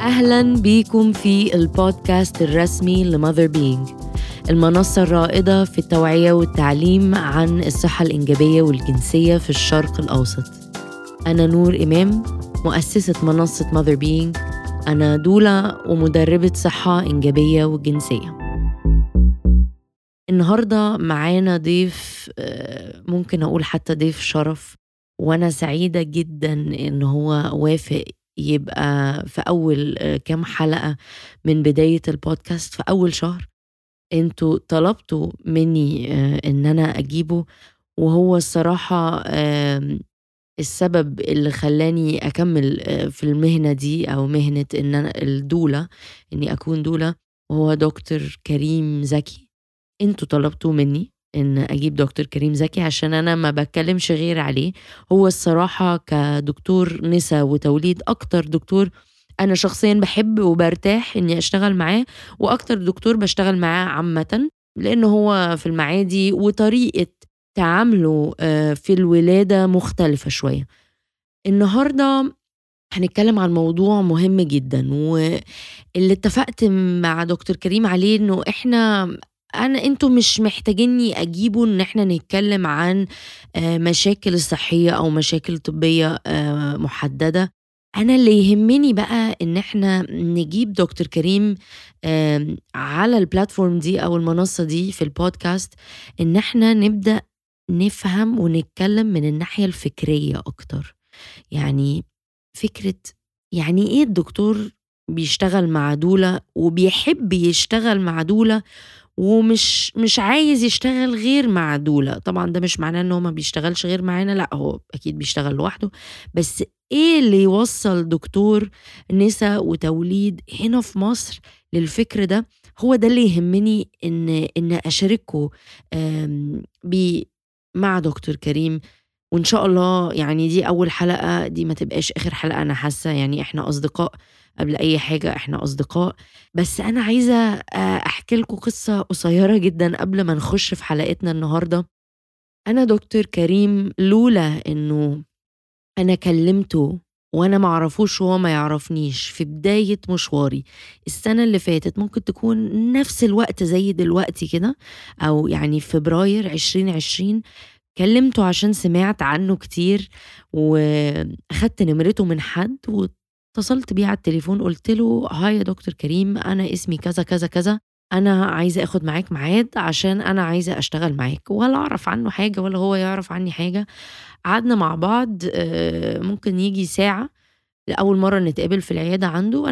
أهلاً بيكم في البودكاست الرسمي لماذر بينج، المنصة الرائدة في التوعية والتعليم عن الصحة الإنجابية والجنسية في الشرق الأوسط. أنا نور إمام، مؤسسة منصة ماذر بينج. أنا دولة ومدربة صحة إنجابية وجنسية. النهاردة معانا ضيف، ممكن أقول حتى ضيف شرف، وأنا سعيدة جدا إن هو وافق يبقى في أول كام حلقة من بداية البودكاست في أول شهر. انتوا طلبتوا مني إن أنا أجيبه، وهو الصراحة السبب اللي خلاني أكمل في المهنة دي أو مهنة إن أنا الدولة، إني أكون دولة، وهو دكتور كريم زكي. انتوا طلبتوا مني ان اجيب دكتور كريم زكي عشان انا ما بتكلمش غير عليه. هو الصراحة كدكتور نساء وتوليد اكتر دكتور انا شخصيا بحب وبرتاح اني اشتغل معاه، واكتر دكتور بشتغل معاه عامة، لانه هو في المعادي وطريقة تعامله في الولادة مختلفة شوية. النهاردة هنتكلم عن موضوع مهم جدا، واللي اتفقت مع دكتور كريم عليه انه انتوا مش محتاجيني اجيبه ان احنا نتكلم عن مشاكل صحية او مشاكل طبية محددة. انا اللي يهمني بقى ان احنا نجيب دكتور كريم على البلاتفورم دي او المنصة دي في البودكاست، ان احنا نبدأ نفهم ونتكلم من الناحية الفكرية اكتر. يعني فكرة يعني ايه الدكتور بيشتغل مع دولة وبيحب يشتغل مع دولة، ومش عايز يشتغل غير مع دولة. طبعا ده مش معناه انه ما بيشتغلش غير معانا، لا، هو اكيد بيشتغل لوحده، بس ايه اللي يوصل دكتور نساء وتوليد هنا في مصر للفكر ده؟ هو ده اللي يهمني ان اشاركه بيه مع دكتور كريم. وإن شاء الله يعني دي أول حلقة، دي ما تبقاش آخر حلقة. أنا حاسة يعني إحنا أصدقاء، قبل أي حاجة إحنا أصدقاء. بس أنا عايزة أحكي لكم قصة قصيرة جدا قبل ما نخش في حلقتنا النهاردة. أنا دكتور كريم لولا إنه أنا كلمته وأنا معرفوش وهو ما يعرفنيش في بداية مشواري السنة اللي فاتت، ممكن تكون نفس الوقت زي دلوقتي كده، أو يعني في فبراير 2020، كلمته عشان سمعت عنه كتير واخدت نمرته من حد واتصلت بيه على التليفون. قلت له: هاي يا دكتور كريم، انا اسمي كذا كذا كذا، انا عايزه اخد معاك ميعاد عشان انا عايزه اشتغل معاك. ولا اعرف عنه حاجه ولا هو يعرف عني حاجه. قعدنا مع بعض ممكن يجي ساعه لاول مره نتقابل في العياده عنده.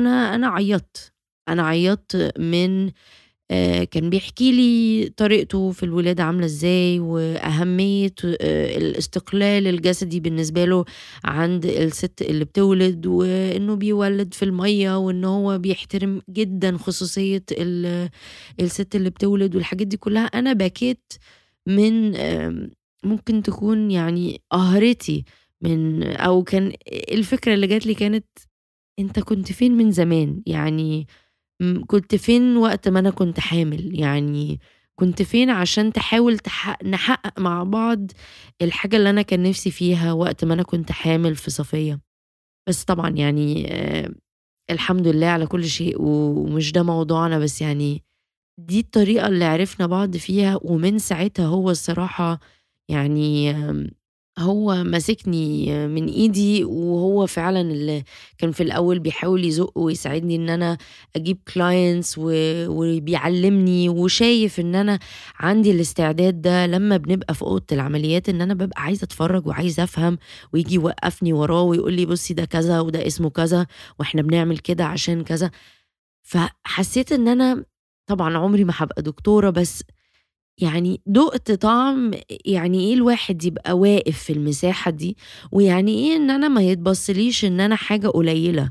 انا عيطت من كان بيحكي لي طريقته في الولادة عاملة ازاي، وأهمية الاستقلال الجسدي بالنسبة له عند الست اللي بتولد، وإنه بيولد في المية، وإنه هو بيحترم جدا خصوصية الست اللي بتولد، والحاجات دي كلها. أنا بكيت من ممكن تكون يعني قهرتي من، أو كان الفكرة اللي جات لي كانت: انت كنت فين من زمان؟ يعني كنت فين وقت ما أنا كنت حامل؟ يعني كنت فين عشان تحاول نحقق مع بعض الحاجة اللي أنا كان نفسي فيها وقت ما أنا كنت حامل في صفية؟ بس طبعا يعني الحمد لله على كل شيء، ومش ده موضوعنا، بس يعني دي الطريقة اللي عرفنا بعض فيها. ومن ساعتها هو الصراحة يعني هو ماسكني من ايدي، وهو فعلا اللي كان في الاول بيحاول يزق ويساعدني ان انا اجيب كلاينتس، وبيعلمني، وشايف ان انا عندي الاستعداد ده لما بنبقى في اوضه العمليات، ان انا ببقى عايزه اتفرج وعايزه افهم، ويجي يوقفني وراه ويقول لي: بصي ده كذا وده اسمه كذا، واحنا بنعمل كده عشان كذا. فحسيت ان انا طبعا عمري ما هبقى دكتورة، بس يعني دقت طعم يعني ايه الواحد يبقى واقف في المساحة دي، ويعني ايه ان انا ما يتبصليش ان انا حاجة قليلة.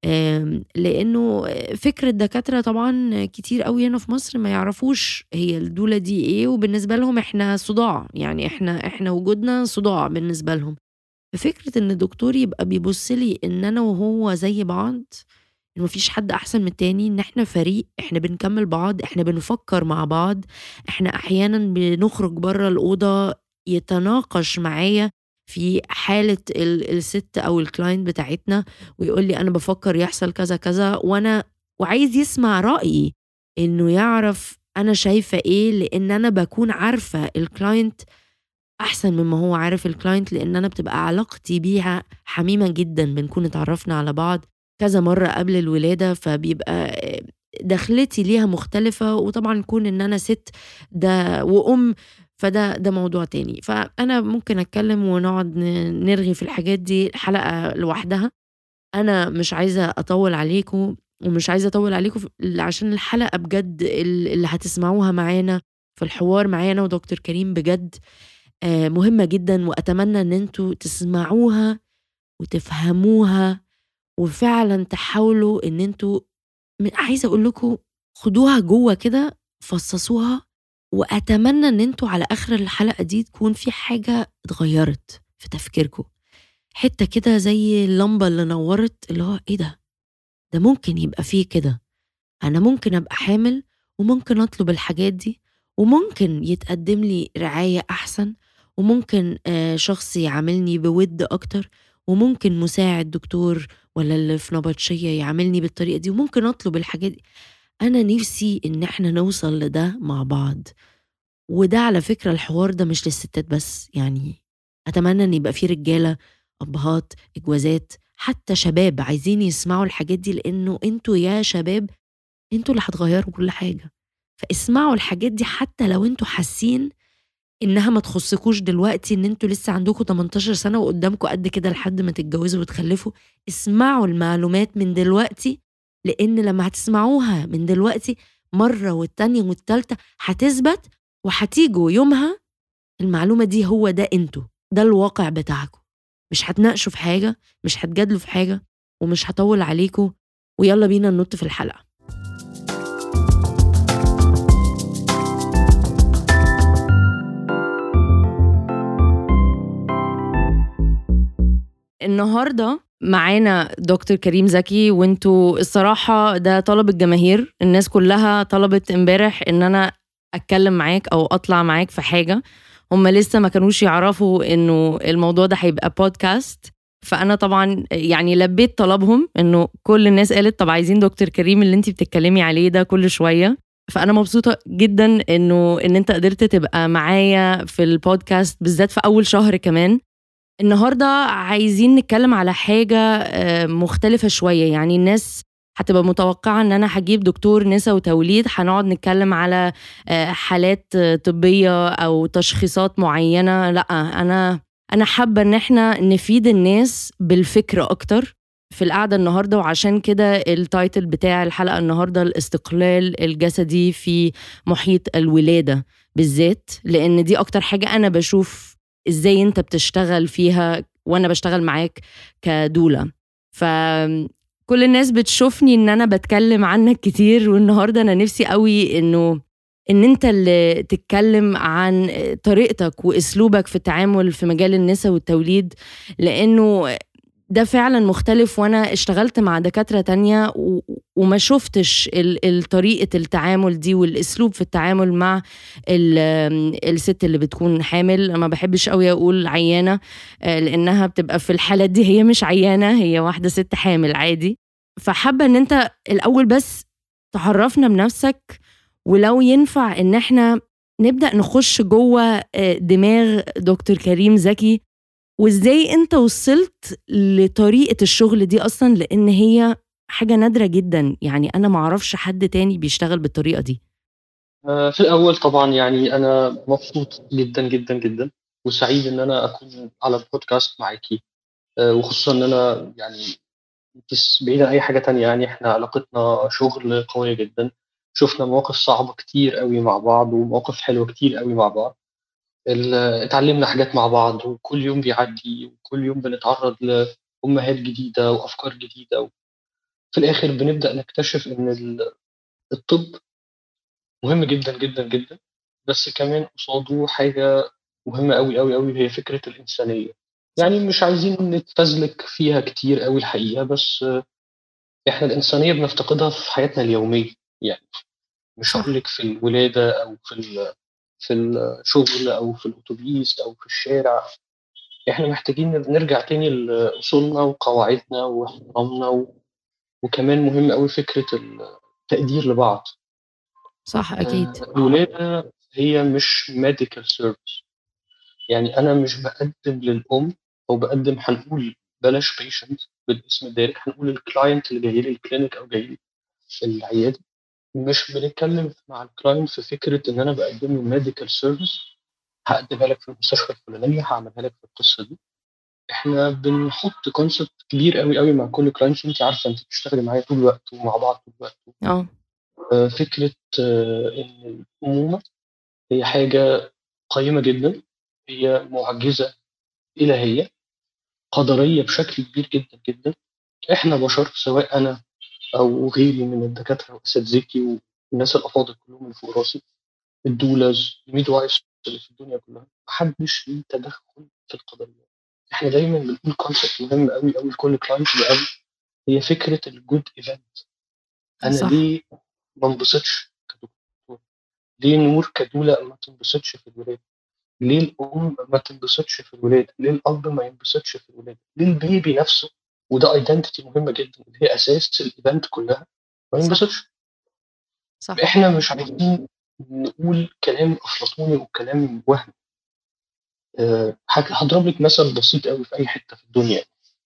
لانه فكرة الدكاترة طبعا كتير قوي هنا في مصر ما يعرفوش هي الدولة دي ايه، وبالنسبة لهم احنا صداع، يعني احنا وجودنا صداع بالنسبة لهم. ففكرة ان الدكتور يبقى بيبصلي ان انا وهو زي بعض، إن مفيش حد أحسن من التاني، إن إحنا فريق، إحنا بنكمل بعض، إحنا بنفكر مع بعض، إحنا أحيانا بنخرج برا الأوضة يتناقش معايا في حالة الست أو الكلاينت بتاعتنا ويقول لي أنا بفكر يحصل كذا كذا، وعايز يسمع رأيي، إنه يعرف أنا شايفة إيه، لأن أنا بكون عارفة الكلاينت أحسن مما هو عارف الكلاينت، لأن أنا بتبقى علاقتي بيها حميمة جدا، بنكون اتعرفنا على بعض كذا مرة قبل الولادة، فبيبقى دخلتي ليها مختلفة. وطبعا كون إن أنا ست ده وأم، فده موضوع تاني. فأنا ممكن أتكلم ونقعد نرغي في الحاجات دي حلقة لوحدها. أنا مش عايزة أطول عليكم، ومش عايزة أطول عليكم عشان الحلقة بجد اللي هتسمعوها معانا في الحوار معانا ودكتور كريم بجد مهمة جدا، وأتمنى إن انتوا تسمعوها وتفهموها، وفعلا تحاولوا إن انتوا عايزة أقول لكم خدوها جوه كده، فصصوها، وأتمنى إن انتوا على آخر الحلقة دي تكون في حاجة اتغيرت في تفكيركم، حتة كده زي اللمبة اللي نورت، اللي هو إيه ده ممكن يبقى فيه كده. أنا ممكن أبقى حامل، وممكن أطلب الحاجات دي، وممكن يتقدم لي رعاية أحسن، وممكن شخص يعاملني بود أكتر، وممكن مساعد دكتور ولا اللي في نبطشية يعاملني بالطريقة دي، وممكن أطلب الحاجات دي. أنا نفسي إن احنا نوصل لده مع بعض. وده على فكرة الحوار ده مش للستات بس، يعني أتمنى إن يبقى فيه رجالة، أبهات، إجوازات، حتى شباب عايزين يسمعوا الحاجات دي، لأنه انتوا يا شباب انتوا اللي هتغيروا كل حاجة. فاسمعوا الحاجات دي حتى لو انتوا حاسين انها ما تخصكوش دلوقتي، ان انتوا لسه عندكم 18 سنة وقدامكم قد كده لحد ما تتجوزوا وتخلفوا. اسمعوا المعلومات من دلوقتي، لان لما هتسمعوها من دلوقتي مرة والتانية والتالتة هتثبت، وهتيجوا يومها المعلومة دي هو ده انتوا، ده الواقع بتاعكم. مش هتناقشوا في حاجة، مش هتجادلوا في حاجة، ومش هطول عليكم. ويلا بينا ننط في الحلقة. النهاردة معانا دكتور كريم زكي، وانتوا الصراحة ده طلب الجماهير، الناس كلها طلبت امبارح ان انا اتكلم معاك او اطلع معاك في حاجة. هم لسه ما كانوش يعرفوا انه الموضوع ده هيبقى بودكاست، فانا طبعا يعني لبيت طلبهم، انه كل الناس قالت طب عايزين دكتور كريم اللي انتي بتتكلمي عليه ده كل شوية. فانا مبسوطة جدا ان انت قدرت تبقى معايا في البودكاست، بالذات في اول شهر كمان. النهاردة عايزين نتكلم على حاجة مختلفة شوية. يعني الناس هتبقى متوقعة ان انا هجيب دكتور نساء وتوليد هنقعد نتكلم على حالات طبية او تشخيصات معينة. لا، انا حابة ان احنا نفيد الناس بالفكر اكتر في القعدة النهاردة. وعشان كده التايتل بتاع الحلقة النهاردة الاستقلال الجسدي في محيط الولادة بالذات، لان دي اكتر حاجة انا بشوف ازاي انت بتشتغل فيها وانا بشتغل معاك كدولة. فكل الناس بتشوفني ان انا بتكلم عنك كتير، والنهاردة انا نفسي قوي ان انت اللي تتكلم عن طريقتك واسلوبك في التعامل في مجال النساء والتوليد، لانه ده فعلا مختلف. وانا اشتغلت مع دكاترة تانية وما شفتش طريقة التعامل دي والاسلوب في التعامل مع الست اللي بتكون حامل. ما بحبش قوي اقول عيانة، لانها بتبقى في الحالة دي هي مش عيانة، هي واحدة ست حامل عادي. فحابة ان انت الاول بس تعرفنا بنفسك، ولو ينفع ان احنا نبدأ نخش جوه دماغ دكتور كريم زكي، وازاي انت وصلت لطريقة الشغل دي اصلا، لان هي حاجة نادرة جدا. يعني انا معرفش حد تاني بيشتغل بالطريقة دي. في الأول طبعا يعني أنا مبسوط جدا جدا جدا وسعيد إن أنا أكون على البودكاست معاكي. وخصوصا إن أنا يعني بس بعيد عن أي حاجة تانية، يعني إحنا علاقتنا شغل قوية جدا. شفنا مواقف صعبة كتير قوي مع بعض ومواقف حلوة كتير قوي مع بعض. اتعلمنا حاجات مع بعض، وكل يوم بيعدي وكل يوم بنتعرض لأمهات جديدة وأفكار جديدة. وفي الآخر بنبدأ نكتشف إن الطب مهم جدا جدا جدا، بس كمان قصاده حاجة مهمة أوي أوي أوي، هي فكرة الإنسانية. صح. يعني مش عايزين نتفزلك فيها كتير أوي الحقيقة، بس إحنا الإنسانية بنفتقدها في حياتنا اليومية. يعني مش صح. هقولك في الولادة أو في الشغل أو في الأتوبيس أو في الشارع. إحنا محتاجين نرجع تاني لأصولنا وقواعدنا واحترامنا وكمان مهم أوي فكرة التقدير لبعض. صح أكيد. الولادة هي مش medical service. يعني أنا مش باقدّم للأم أو باقدّم هنقول بلاش patient بالاسم الدارج، هنقول الclient اللي جاي لي الclinic أو جاي لي العيادة، مش بنتكلّم مع الclient في فكرة إن أنا باقدّم له medical service هاقدّمها لك في المستشفى الفلانية، هاعملها لك في القصة دي. إحنا بنحُط concept كبير أوي، أوي مع كل client. أنتِ عارفة أنتِ بتشتغلي معايا طول الوقت ومع بعض طول الوقت. آه. فكرة إن الأمومة هي حاجة قيّمة جدًا، هي مُعجزة إلهية، قدرية بشكل كبير جدًا، جدًا. إحنا بشر سواء أنا أو غيري من الدكاترة وأساتذتي والناس الأفاضل كلّهم اللي فوق راسي، الdoulas الmidwives اللي في الدنيا كلّها، ما حدّش ليه تدخُّل في القدريات. إحنا دايمًا بنقول concept مهم أوي، أوي لكل client بيقابله، هي فكرة الgood event. أنا صح. ليه ما انبسطش كدكتور؟ ليه نور كدولة ما تنبسطش في الولادة؟ ليه الأم ما تنبسطش في الولادة؟ ليه الأب ما ينبسطش في الولادة؟ ليه البيبي نفسه وده identity مهمة جدًا، اللي هي أساس الevent كلّها ما صح. ينبسطش؟ صح. إحنا مش عايزين نقول كلام أفلاطوني وكلام وهمي. هاضرب لِك مثل بسيط أوي في أي حتّة في الدنيا.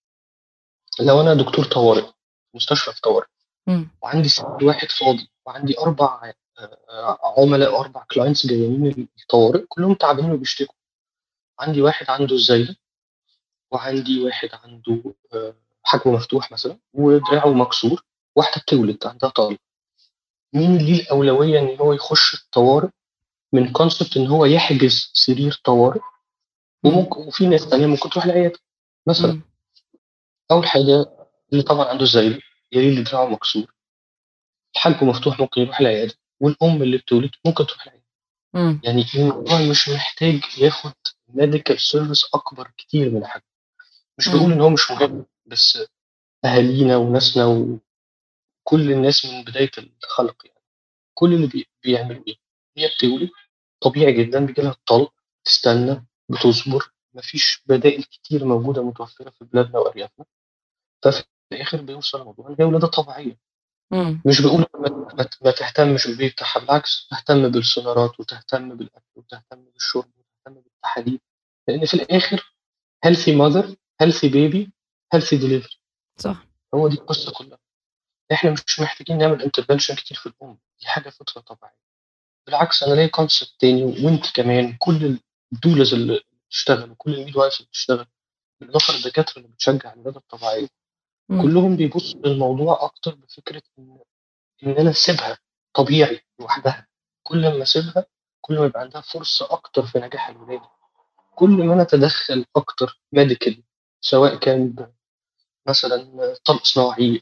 لو أنا دكتور طوارئ، مستشفى في طوارئ، إمم. وعندي سرير واحد فاضي وعندي 4 عُملا أو 4 clients جايين الطوارئ كلّهم تعبانين وبيشتكوا. عندي واحد عنده الزايدة، وعندي واحد عنده حاجبه مفتوح مثلًا ودراعه مكسور، واحدة بتولد عندها طلق. مين ليه الأولوية إن هو يخش الطوارئ من concept إن هو يحجز سرير طوارئ، إمم. وفي ناس تانية ممكن تروح العيادة مثلًا. إمم. أول حاجة اللي طبعًا عنده الزايدة، يا اللي دراعه مكسور، حاجبه مفتوح ممكن يروح العيادة، والأم اللي بتولد ممكن تروح العيادة. إمم. يعني الموضوع مش محتاج ياخد medical service أكبر كتير من حجمه. مش باقول إمم. إن هو مش مهم، بس أهالينا وناسنا وكل الناس من بداية الخلق يعني، كل اللي بيعملوا إيه، هي بتولد طبيعي جدًا بييجي لها الطلق، تستنى، بتصبر، ما فيش بدائل كتير موجودة متوفرة في بلادنا وأريافنا، ففي الآخر بيوصل الموضوع إن هي ولادة طبيعية. إمم. مش باقول ما تهتمش بالبيبي بتاعها، بالعكس تهتم بالسونارات وتهتم بالأكل وتهتم بالشرب وتهتم بالتحاليل، لإن في الآخر healthy mother healthy baby healthy delivery. صح. هو دي القصة كلها. إحنا مش محتاجين نعمل intervention كتير في الأم، دي حاجة فطرة طبيعية. بالعكس أنا ليّا concept تاني وأنتِ كمان كل الdoulas اللي بتشتغل وكل الmidwives اللي بتشتغل، بالإضافة للدكاترة اللي بتشجع الولادة الطبيعية، إمم. كلّهم بيبصوا للموضوع أكتر بفكرة إن أنا أسيبها طبيعي لوحدها. كل أمّا أسيبها، كل ما يبقى عندها فرصة أكتر في نجاح الولادة. كل ما أنا أتدخّل أكتر medically سواء كان مثلًا طلق صناعي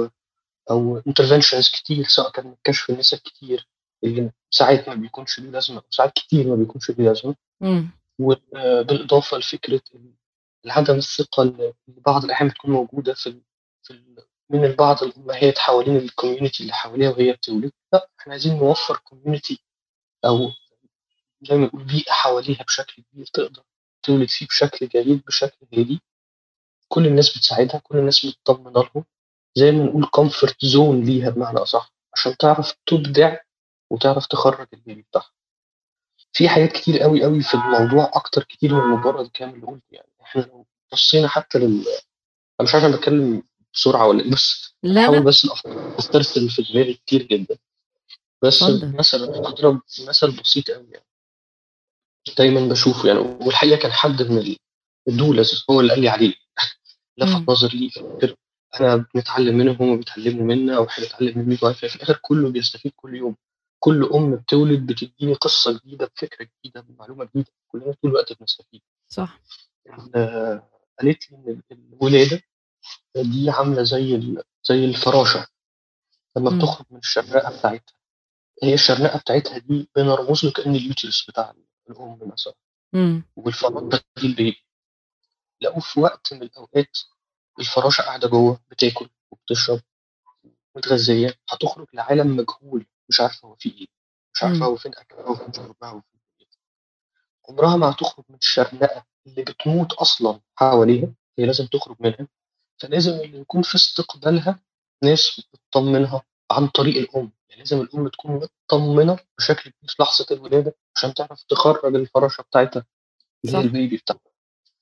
أو interventions كتير، سواء كان كشف النسا كتير اللي ساعات ما بيكونش ليه لازمة وساعات كتير ما بيكونش ليه لازمة. إمم. وبالإضافة لفكرة عدم الثقة اللي بعض الأحيان بتكون موجودة في من البعض الأمهات حوالين الcommunity اللي حواليها وهي بتولد. لأ، إحنا عايزين نوفّر community أو زي ما نقول بيئة حواليها بشكل كبير تقدر تولد فيه بشكل جيد، بشكل هادي. كل الناس بتساعدها، كل الناس متطمنة لهم، زي ما نقول comfort zone ليها بمعنى أصح، عشان تعرف تُبدع وتعرف تخرّج البيبي بتاعها. في حاجات كتير أوي، أوي في الموضوع أكتر كتير من مجرد الكلام اللي قُلته يعني. إحنا لو بصينا حتى أنا مش عارف أنا باتكلم بسرعة والّا إيه، بس لا، باحاول لأ، بس الأفكار تسترسل في دماغي كتير جدًا. بس اتفضل. مثلًا هاضرب مثل بسيط أوي يعني، دايمًا باشوفه يعني، والحقيقة كان حد من الDoulas هو اللي قال لي عليه. لفت إمم. نظري ليه فاكر. إحنا بنتعلم منهم وهُم بيتعلموا منا وإحنا بنتعلم من midwife. في الآخر كُلّه بيستفيد كل يوم. كل أم بتولد بتدّيني قصة جديدة بفكرة جديدة بمعلومة جديدة، كلنا طول الوقت بنستفيد. صح. قالت لي إن الولادة دي عاملة زي الفراشة لمّا إمم. بتخرج من الشرنقة بتاعتها. هي الشرنقة بتاعتها دي بنرمز له كأن الuterus بتاع الأم مثلًا، إمم. والفراشة دي البيبي. لقوا في وقت من الأوقات الفراشة قاعدة جوّه بتاكل وبتشرب متغذية، هتخرج لعالم مجهول، مش عارفة هو فيه إيه، مش عارفة إمم. هو فين أكلها وفين شربها وفين دنيتها. عمرها ما هتخرج من الشرنقة اللي بتموت أصلا حواليها، هي لازم تخرج منها. فلازم اللي يكون في استقبالها ناس بتطمنها عن طريق الأم. يعني لازم الأم تكون مطمنة بشكل كبير في لحظة الولادة عشان تعرف تخرج الفراشة بتاعتها اللي هي صح. البيبي بتاعها.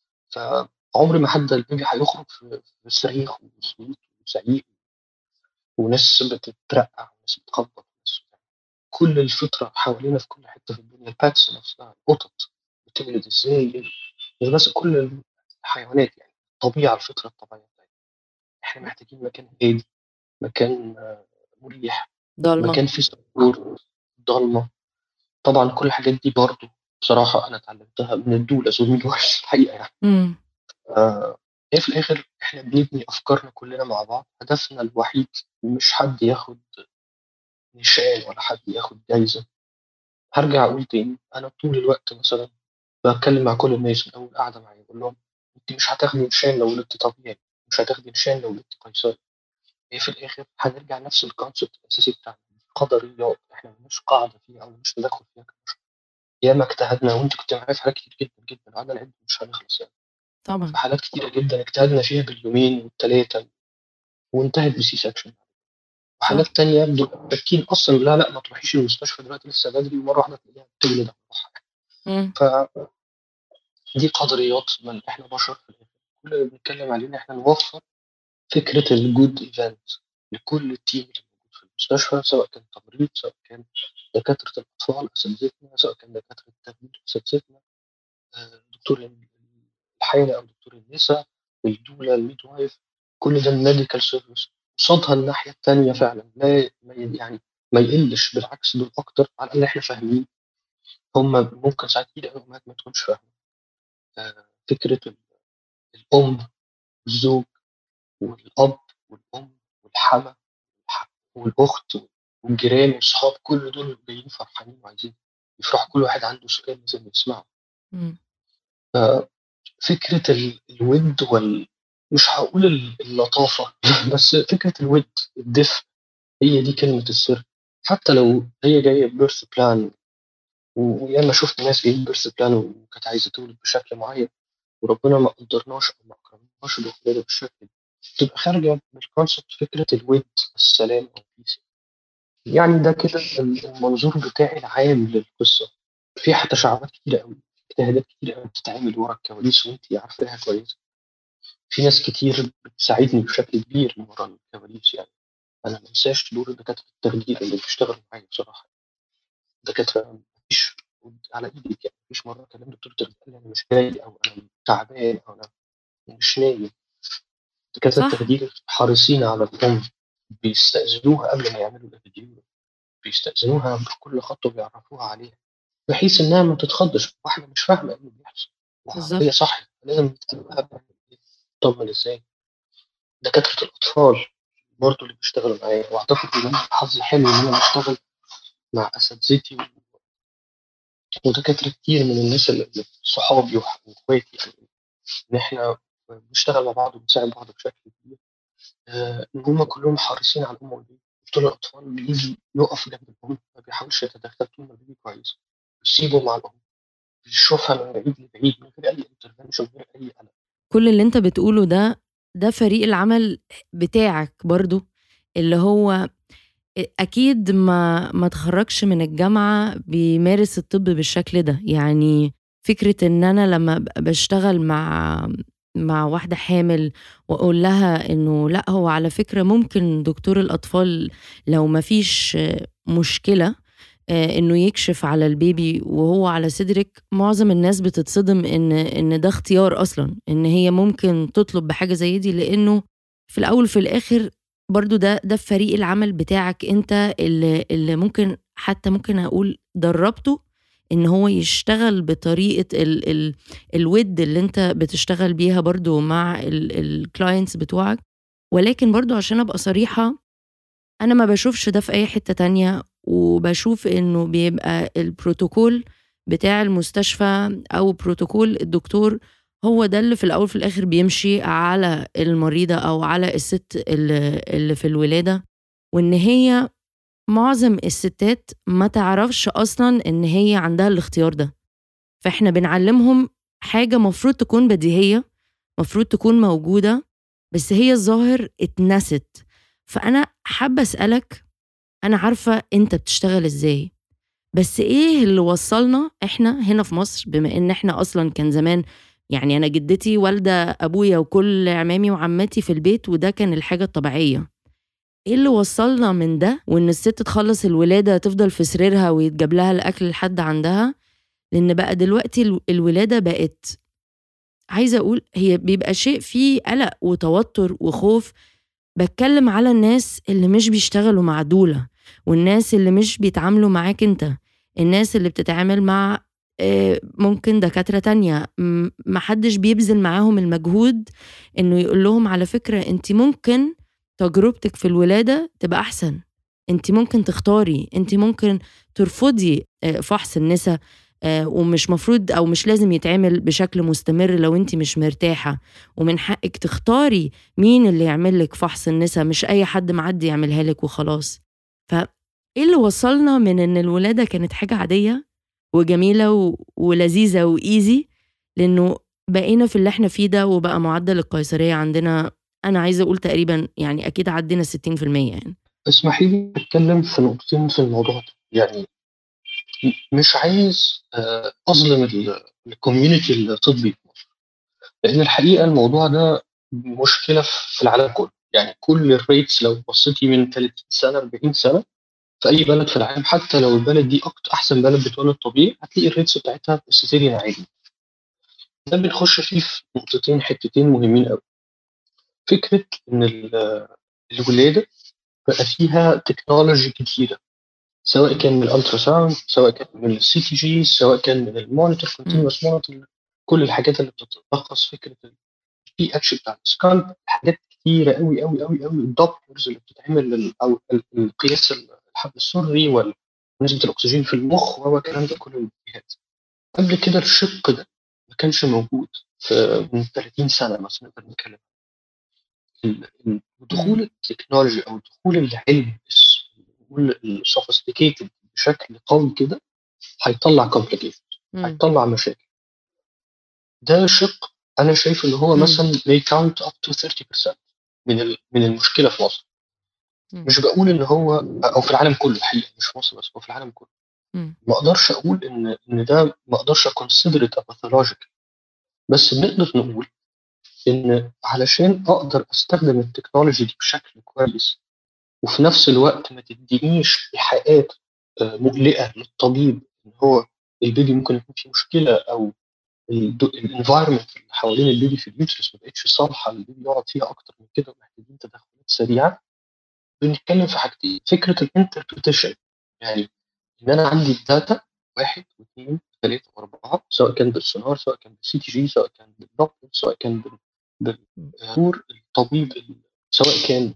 فعمر ما حد البيبي هيخرج في صريخ وصوت وزعيق وناس بتترقع وناس بتخبط وناس. كل الفطرة حوالينا في كل حتة في الدنيا، الباتس نفسها، القطط بتولد ازاي، مش بس كل الحيوانات، يعني الطبيعة، الفطرة الطبيعية بتاعتنا. احنا محتاجين مكان هادي، مكان مريح، ضلمة. مكان فيه سكون، ضلمة. طبعا كل الحاجات دي برضو بصراحة أنا اتعلمتها من الدولة والميدوايف الحقيقة يعني. امم. هي في الآخر إحنا بنبني أفكارنا كلنا مع بعض. هدفنا الوحيد مش حد ياخد نشان ولا حد ياخد جايزة. هرجع أقول تاني، أنا طول الوقت مثلا بتكلم مع كل الناس من أول قاعدة معايا بقول لهم أنت مش هتاخدي نشان لو ولدتي طبيعي، مش هتاخدي نشان لو ولدتي قيصري. هي في الآخر هنرجع نفس الكونسيبت الأساسي بتاعنا، قدريات إحنا مش قاعدة فيها أو مش ندخل فيها. ياما اجتهدنا وأنت كنت معايا في حاجات كتير جدا جدا، قعدنا نعد مش هنخلص يعني. في طبعا. حالات كتيرة جدا اجتهدنا فيها باليومين والتلاتة وانتهت بسي سكشن. وحالات صح. تانية بنبقى شاكين أصلا، لا لا ما تروحيش المستشفى دلوقتي لسه بدري، ومرة واحدة تلاقيها بتولد. امم. فدي قدريات، من إحنا بشر في الآخر. كل اللي بنتكلم عليه إن إحنا نوفر فكرة الجود إيفنت لكل التيم اللي موجود في المستشفى، سواء كان تمريض، سواء كان دكاترة الأطفال أساتذتنا، سواء كان دكاترة التخدير أساتذتنا، دكتور الحالة أو دكتور النساء، الدولة، الميد وايف. كل ده الميديكال سيرفيس. قصادها الناحية التانية فعلا لا يعني ما يقلش، بالعكس دول أكتر. على الأقل إحنا فاهمين. هم ممكن ساعات كتير أوي أمهات ما تكونش فاهمة فكرة الأم والزوج والأب والأم والحما والأخت والجيران والصحاب، كل دول جايين فرحانين وعايزين يفرحوا. كل واحد عنده سؤال لازم يسمعه. امم. فكرة الود مش هقول اللطافة بس فكرة الود، الدفء، هي دي كلمة السر. حتى لو هي جاية بيرث بلان، وياما شفت ناس جايين بيرث بلان وكانت عايزة تولد بشكل معين، وربنا ما قدرناش أو ما أكرمناش بالولادة بالشكل ده، تبقى خارجة من الكونسبت فكرة الود، السلام أو بيس. يعني ده كده المنظور بتاعي العام للقصة. في تشعبات كتيرة قوي، اجتهادات كتيرة قوي بتتعمل ورا الكواليس وانت عارفاها كويس. في ناس كتير بتساعدني بشكل كبير من ورا الكواليس يعني. انا ما انساش دور دكاتره التخدير اللي بيشتغلوا معايا بصراحه. دكاتره مفيش على ايدك يعني. مفيش مره كلمت دكتور تخدير قال لي انا مش جاي او انا تعبان او انا مش نايم. دكاتره صح. التخدير حريصين على الام، بيستأذنوها قبل ما يعملوا الابيديول، بيستأذنوها بكل خطوه بيعرفوها عليها، بحيث انها ما تتخضش. واحده مش فاهمه ايه اللي بيحصل وهي بالظبط. صح، لازم نتكلم تطمن ازاي. دكاتره الاطفال برضه اللي بيشتغلوا معايا، واعتقد ان انا حظي حلو ان انا بشتغل مع اساتذتي ودكاتره كتير من الناس اللي صحابي واخواتي يعني. ان احنا بنشتغل مع بعض وبنساعد بعض بشكل كبير. ان هم كلهم حريصين على الام والبيبي. دكتور الاطفال بيجي يقف جنب الام، ما بيحاولش يتدخل طول ما البيبي كويس، بيسيبه مع الام، بيشوفها من بعيد لبعيد من غير اي انترفنشن، من غير اي قلق. كل اللي انت بتقوله ده فريق العمل بتاعك برضو، اللي هو اكيد ما تخرجش من الجامعة بيمارس الطب بالشكل ده. يعني فكرة ان انا لما بشتغل مع واحدة حامل واقول لها انه لا، هو على فكرة ممكن دكتور الاطفال لو ما فيش مشكلة انه يكشف على البيبي وهو على صدرك، معظم الناس بتتصدم ان ده اختيار اصلا، ان هي ممكن تطلب بحاجة زي دي، لانه في الاول في الاخر برضو ده في فريق العمل بتاعك انت، اللي ممكن حتى ممكن اقول دربته ان هو يشتغل بطريقة الود اللي انت بتشتغل بيها برضو مع الكلاينتس بتوعك. ولكن برضو عشان ابقى صريحة، أنا ما باشوفش ده في أي حتّة تانية، وباشوف إنه بيبقى البروتوكول بتاع المستشفى أو بروتوكول الدكتور هو ده اللي في الأول وفي الآخر بيمشي على المريضة أو على الست اللي في الولادة، وإن هي معظم الستات ما تعرفش أصلًا إن هي عندها الاختيار ده، فإحنا بنعلّمهم حاجة مفروض تكون بديهية، مفروض تكون موجودة، بس هي الظاهر اتنست. فأنا حابة أسألك، أنا عارفة أنت بتشتغل إزاي، بس إيه اللي وصلنا إحنا هنا في مصر، بما إن إحنا أصلا كان زمان، يعني أنا جدتي والدة أبويا وكل عمامي وعماتي في البيت، وده كان الحاجة الطبيعية. إيه اللي وصلنا من ده، وإن الست تخلص الولادة تفضل في سريرها ويتجاب لها الأكل لحد عندها، لأن بقى دلوقتي الولادة بقت، عايزة أقول هي بيبقى شيء فيه قلق وتوتر وخوف. بتكلم على الناس اللي مش بيشتغلوا مع دولة، والناس اللي مش بيتعاملوا معاك انت، الناس اللي بتتعامل مع ممكن دكاترة تانية، محدش بيبذل معاهم المجهود انه يقول لهم على فكرة انت ممكن تجربتك في الولادة تبقى احسن، انت ممكن تختاري، انت ممكن ترفضي فحص النساء، ومش مفروض او مش لازم يتعمل بشكل مستمر لو انت مش مرتاحة، ومن حقك تختاري مين اللي يعمل لك فحص النساء، مش اي حد معدي يعملها لك وخلاص. فايه اللي وصلنا من ان الولادة كانت حاجة عادية وجميلة ولذيذة وإيزي، لأنه بقينا في اللي احنا فيه ده، وبقى معدل القيصرية عندنا، أنا عايزة أقول تقريبا يعني أكيد عدينا 60% يعني. اسمحي لي أتكلم في نقطتين في الموضوع ده. يعني مش عايز أظلم الكوميونتي الطبي، لأن الحقيقة الموضوع ده مشكلة في العالم كله. يعني كل الريتس لو بصيتي من 30 سنة 40 سنة في أي بلد في العالم، حتى لو البلد دي أكتر أحسن بلد بتولد طبيعي، هتلاقي الريتس بتاعتها السيزيريان عادي. ده بنخش فيه في نقطتين حتتين مهمين قوي. فكرة إن الولادة بقى فيها تكنولوجي كتيرة، سواء كان من الالترا ساوند، سواء كان من السي تي جي، سواء كان من المونيتور كونتينوس مونيتور، كل الحاجات اللي بتتلخص فكره البي اتش بتاع السكالب، حاجات كتيره قوي قوي قوي قوي. الدوبلرز اللي بتتعمل او القياس الحبل السري ونسبه الاكسجين في المخ، وهو الكلام ده كله الجهاز. قبل كده الشق ده ما كانش موجود من 30 سنه مثلا. نقدر نتكلم دخول التكنولوجي او دخول العلم السوفيستيكيتد بشكل قوي كده هيطلع كومبليكيشن، هيطلع مشاكل. ده شق انا شايف ان هو مثلا may count up to 30% من المشكله في مصر. مش بقول ان هو او في العالم كله، الحقيقه مش في مصر بس، هو في العالم كله. ما اقدرش اقول ان ده، ما اقدرش اكونسيدر ات باثولوجيكال، بس بنقدر نقول ان علشان اقدر استخدم التكنولوجي دي بشكل كويس، وفي نفس الوقت ما تدينيش إيحاءات مقلقة للطبيب إن هو البيبي ممكن يكون فيه مشكلة، أو الانفايرمنت اللي حوالين البيبي في اليوترس ما بقتش صالحة للبيبي يقعد فيها أكتر من كده، ومحتاجين تدخلات سريعة. بنتكلم في حاجتين: فكرة الانتربريتيشن، يعني إن أنا عندي الداتا واحد واثنين ثلاثة وأربعة، سواء كان بالسونار، سواء كان بالسي تي جي، سواء كان بالدكتور، سواء كان بالدكتور الطبيب، سواء كان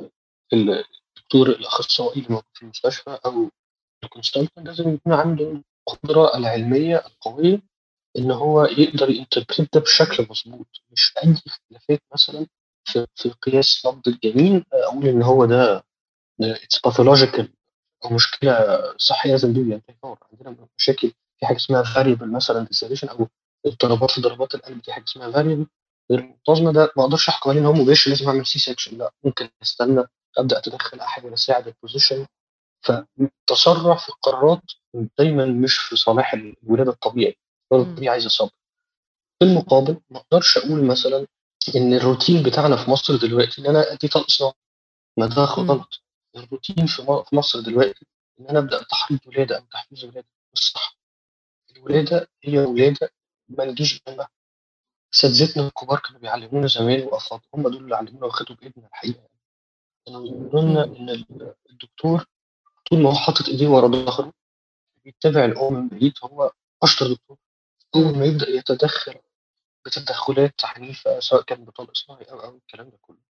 الدكتور الاخصائي اللي موجود في المستشفى او الكونسلتنت، لازم يكون عنده القدره العلميه القويه ان هو يقدر ينتربريت ده بشكل مظبوط. مش اي اختلافات مثلا في قياس نبض الجنين اقول ان هو ده اتس باثولوجيكال او مشكله صحيه لازم البيبي ينتهي فورا. عندنا مشاكل في حاجه اسمها فاريبل مثلا ديسيليشن، او اضطرابات في ضربات القلب، دي حاجه اسمها فاريبل غير منتظمه. ده ما اقدرش احكم عليه ان هو مباشر لازم اعمل سي سكشن، لا، ممكن استنى، ابدا اتدخل، احاول اساعد البوزيشن. فالتسرع في القرارات دايما مش في صالح الولاده الطبيعي. الولاده الطبيعي عايزه صبر. في المقابل ما اقدرش اقول مثلا ان الروتين بتاعنا في مصر دلوقتي ان انا ادي طلق صناعي، ما ده غلط. الروتين في مصر دلوقتي ان انا ابدا تحريض ولاده او تحفيز ولاده، مش صح. الولاده هي ولاده، ما نجيش جنبها. اساتذتنا الكبار كانوا بيعلمونا زمان، وافاضل هم دول اللي علمونا واخدوا بايدنا الحقيقه. كانوا يقولوا لنا ان الدكتور طول ما هو حاطط ايديه ورا ظهره بيتابع الام من بعيد، هو اشطر دكتور. اول ما يبدا يتدخل بتدخلات عنيفه، سواء كان بطلق اصلاحي او الكلام ده كله،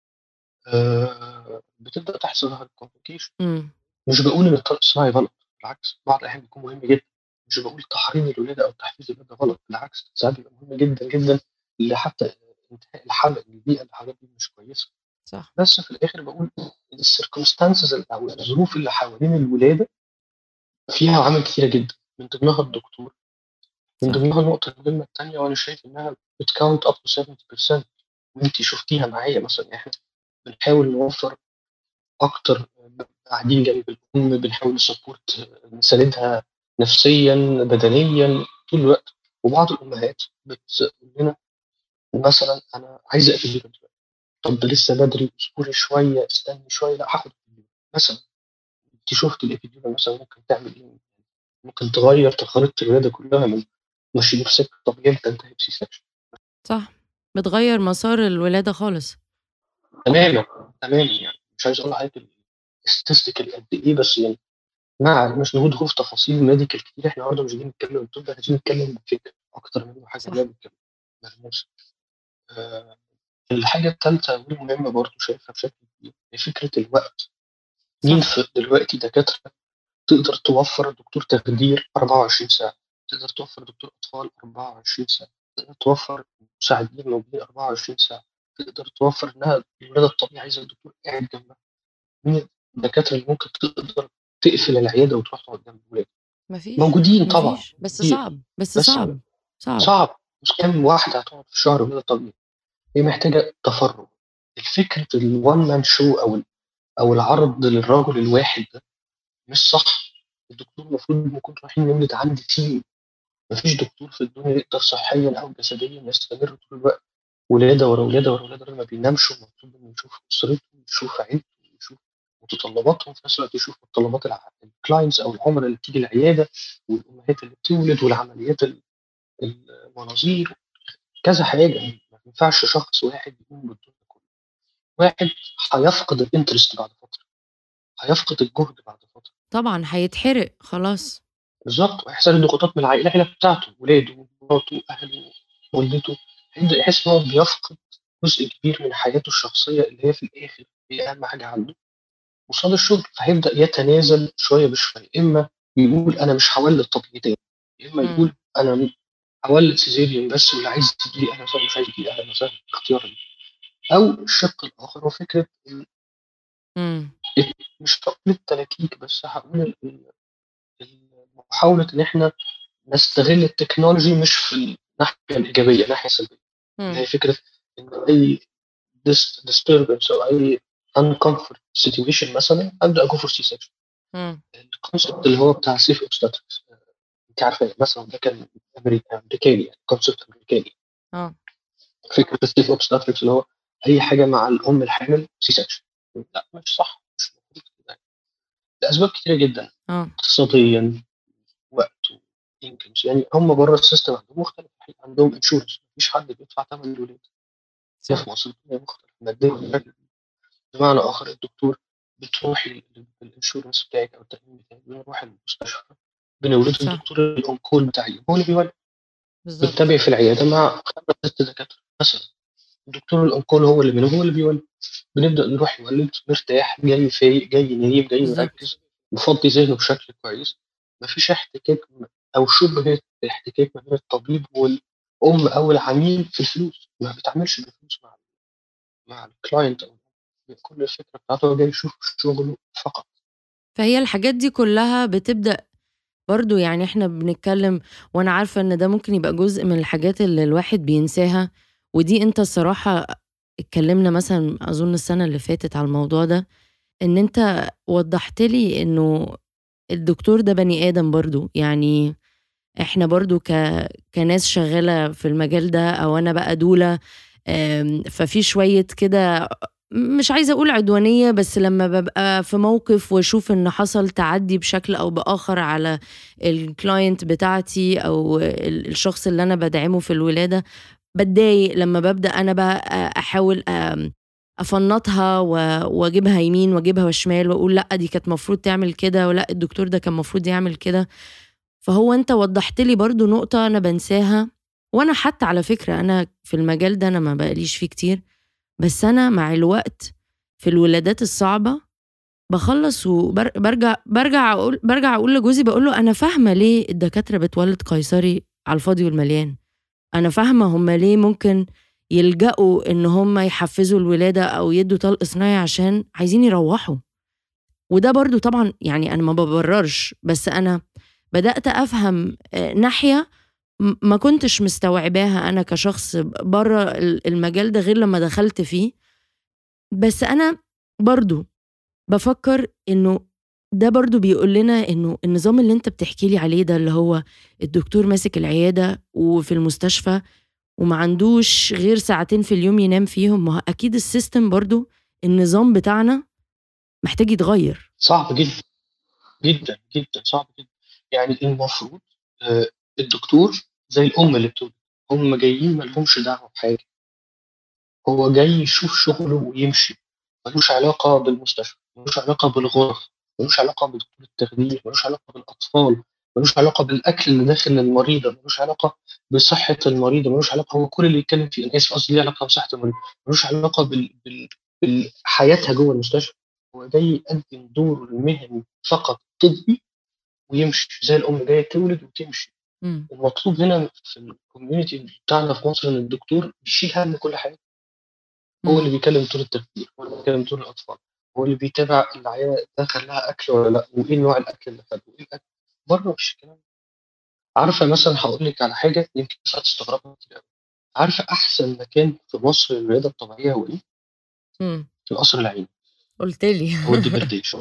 بتبدا تحصل لها الكومبليكيشن. مش بقول ان الطلق الصناعي غلط، بالعكس بعض الاحيان بيكون مهم جدا. مش بقول تحريم الولاده او تحفيز الولاده غلط، بالعكس ساعات بيبقى مهم جدا جدا لحتى انتهاء الحمل. البيئه اللي حضرتك دي مش كويسه، صح. بس في الاخر بقول السيركمستانسز او الظروف اللي حوالين الولاده فيها عوامل كتيره جدا، من ضمنها الدكتور، من صح. ضمنها النقطة المهمة التانية وأنا شايف إنها بتcount up to 70% وأنتِ شُفتيها معايا مثلًا، يعني إحنا بنحاول نوفّر أكتر، قاعدين جنب الأم، بنحاول نsupport نساندها نفسيًا، بدنيًا، طول الوقت. وبعض الأمهات بتقول لنا مثلًا أنا عايزة epidural دلوقتي، طب ده لسه بدري، اصبري شوية، استني شوية، لأ هاخد epidural مثلًا. أنتِ شُفتِ الepidural مثلًا ممكن تعمل إيه؟ ممكن تغيّر خريطة الولادة كلها ماشيين في سكة طبيعية تنتهي بC section. صح، بتغيّر مسار الولادة خالص. تمامًا، تمامًا يعني. مش عايز أقول لحضرتك statistically قد إيه، بس يعني مش ندخل في تفاصيل medical كتير، إحنا النهارده مش جايين نتكلم طب، إحنا عايزين نتكلم فكر أكتر منه حاجة صح. لعبة كده ملموسة. آآ الحاجة التالتة ودي مهمة برضه شايفها بشكل كبير، هي فكرة الوقت. مين صح. في دلوقتي دكاترة تقدر توفّر دكتور تخدير 24 ساعة، تقدر توفّر دكتور أطفال 24 ساعة، تقدر توفّر مساعدين موجودين 24 ساعة، تقدر توفّر إنها الولادة الطبيعية عايزة الدكتور قاعد جنبها. مين الدكاترة اللي ممكن تقدر تقفل العيادة وتروح تقعد جنب الولاد؟ ما فيش، موجودين ما طبعًا، فيش، بس كتير، صعب، بس بس صعب، صعب. صعب. مش كام واحدة هتقعد في الشهر ولادة طبيعي، هي محتاجة تفرُّغ. الفكرة الone man show أو العرض للرجل الواحد ده مش صح. الدكتور المفروض نكون رايحين نولد عند team. ما فيش دكتور في الدنيا يقدر صحيًا أو جسديًا يستمر طول الوقت ولادة ورا ولادة ورا ولادة، الراجل ما بينامش ومطلوب إنه يشوف أسرته ويشوف عيلته ويشوف متطلباتهم، في نفس الوقت يشوف متطلبات الclients أو العُملا اللي بتيجي العيادة والأمهات اللي بتولد والعمليات المناظير، كذا حاجة. ما ينفعش شخص واحد يقوم بالدور ده كله. واحد هيفقد الinterest بعد فترة، هيفقد الجهد بعد فترة. طبعًا هيتحرق خلاص. بالضبط، وهيحصل له ضغوطات من العيلة بتاعته، ولاده، مراته، أهله، والدته. هيبدأ يحس إن هو بيفقد جزء كبير من حياته الشخصية اللي هي في الآخر هي أهم حاجة عنده قصاد الشغل، فهيبدأ يتنازل شوية بشوية. إما يقول أنا مش هاولد طبيعي تاني، يا إما يقول إمم. أنا هاولد cesarean بس، واللي عايز تيجي لي أهلًا وسهلًا، مش عايز تيجي لي أهلًا وسهلًا، اختياري. أو الشق الآخر هو فكرة إمم. مش هاقول التلاكيك، بس هاقول محاولة إن إحنا نستغل التكنولوجي مش في الناحية الإيجابية، الناحية السلبية، اللي إمم. هي فكرة إن أي disturbance أو أي uncomfort situation مثلًا أبدأ go for C-section. إمم. الconcept اللي هو بتاع safe obstetrics، أنتِ عارفاه مثلًا، ده كان أمريكاني يعني concept أمريكاني. آه. فكرة الsafe obstetrics اللي هو أي حاجة مع الأم الحامل C-section. لأ مش صح، مش المفروض كده، لأسباب كتيرة جدًا، آه. اقتصاديًا، وقت وincomes. يعني هم برّه الsystem عندهم مختلف، عندهم insurance، ما فيش حد بيدفع تمن الولادة. هي صح. في مصر الدنيا مختلفة ماديًا بشكل. بمعنى آخر الدكتور بتروحي بالinsurance بتاعِك أو التأمين بتاعِك، بنروح المستشفى بنولده، صح. الدكتور الOnco بتاعي هو اللي بيولد. بالضبط. بتتابعي في العيادة مع 5، 6 دكاترة مثلًا، الدكتور الOnco هو اللي منهم هو اللي بيولد. بنبدأ نروح يولد مرتاح، جاي فايق، جاي نايم، جاي بالضبط. مركّز، مفضّي ذهنه بشكل كويس. ما فيش احتكاك أو شُبهة احتكاك ما بين الطبيب والأم أو العميل في الفلوس. ما بيتعاملش بالفلوس مع الclient أو كل الفكرة بتاعته هو جاي يشوف شغله فقط. فهي الحاجات دي كلّها بتبدأ برضه، يعني إحنا بنتكلّم وأنا عارفة إن ده ممكن يبقى جزء من الحاجات اللي الواحد بينساها، ودي أنت الصراحة اتكلّمنا مثلًا أظن السنة اللي فاتت على الموضوع ده، إن أنت وضّحت لي إنه الدكتور ده بني آدم برضه، يعني إحنا برضه كناس شغّالة في المجال ده أو أنا بقى دولة، ففي شوية كده مش عايزة أقول عدوانية، بس لمّا بابقى في موقف واشوف إن حصل تعدّي بشكل أو بآخر على الclient بتاعتي أو الشخص اللي أنا بادعمه في الولادة، باتضايق لمّا بابدأ أنا بقى أحاول أفنّطها وأجيبها يمين وأجيبها شمال وأقول لأ دي كانت المفروض تعمل كده، ولأ الدكتور ده كان المفروض يعمل كده. فهو أنت وضّحت لي برضه نقطة أنا بانساها، وأنا حتى على فكرة أنا في المجال ده أنا ما بقاليش فيه كتير، بس أنا مع الوقت في الولادات الصعبة باخلّص بارجع أقول لجوزي باقول له: "أنا فاهمة ليه الدكاترة بتولد قيصري على الفاضي والمليان، أنا فاهمة هُم ليه ممكن يلجأوا إن هُم يحفّزوا الولادة أو يدّوا طلق صناعي عشان عايزين يروّحوا." وده برضه طبعًا يعني أنا ما بابررش، بس أنا بدأت أفهم ناحية ما كنتش مستوعباها أنا كشخص برّه المجال ده غير لمّا دخلت فيه، بس أنا برضه بافكّر إنه ده برضه بيقول لنا إنه النظام اللي أنت بتحكي لي عليه ده، اللي هو الدكتور ماسك العيادة وفي المستشفى وما عندوش غير ساعتين في اليوم ينام فيهم، ما هو أكيد الsystem برضه النظام بتاعنا محتاج يتغيّر. صعب جدًا، جدًا، جدًا، صعب جدًا. يعني المفروض الدكتور زي الأم اللي بتولد، هم جايين ما لهمش دعوة بحاجة، هو جاي يشوف شغله ويمشي، ما لوش علاقة بالمستشفى، ما لوش علاقة بالغرف، ما لوش علاقة بدكتور التخدير، ما لوش علاقة بالأطفال، ما لوش علاقة بالأكل اللي داخل المريضة، ما لوش علاقة بصحة المريضة، ما لوش علاقة، هو كل اللي يتكلم فيه، أنا آسف قصدي ليه علاقة بصحة المريضة، ما لوش علاقة بحياتها جوه المستشفى، هو جاي يقدم دوره المهني فقط طبي ويمشي، زي الأم جاية تولد وتمشي. إمم. المطلوب هنا في الcommunity بتاعنا في مصر إن الدكتور بيشيل هَم كل حاجة، هو اللي إمم. بيكلم دور التخدير، هو اللي بيكلم دور الأطفال، هو اللي بيتابع العيانة دخل لها أكل والّا لأ، وإيه نوع الأكل اللي خده، وإيه الأكل. برّه ما فيش الكلام ده. عارفة مثلًا هاقول لِك على حاجة يمكن بس هتستغربي كتير أوي، عارفة أحسن مكان في مصر للرياضة الطبيعية هو إيه؟ إمم. القصر العيني قُلت لي. أو الدمرداش.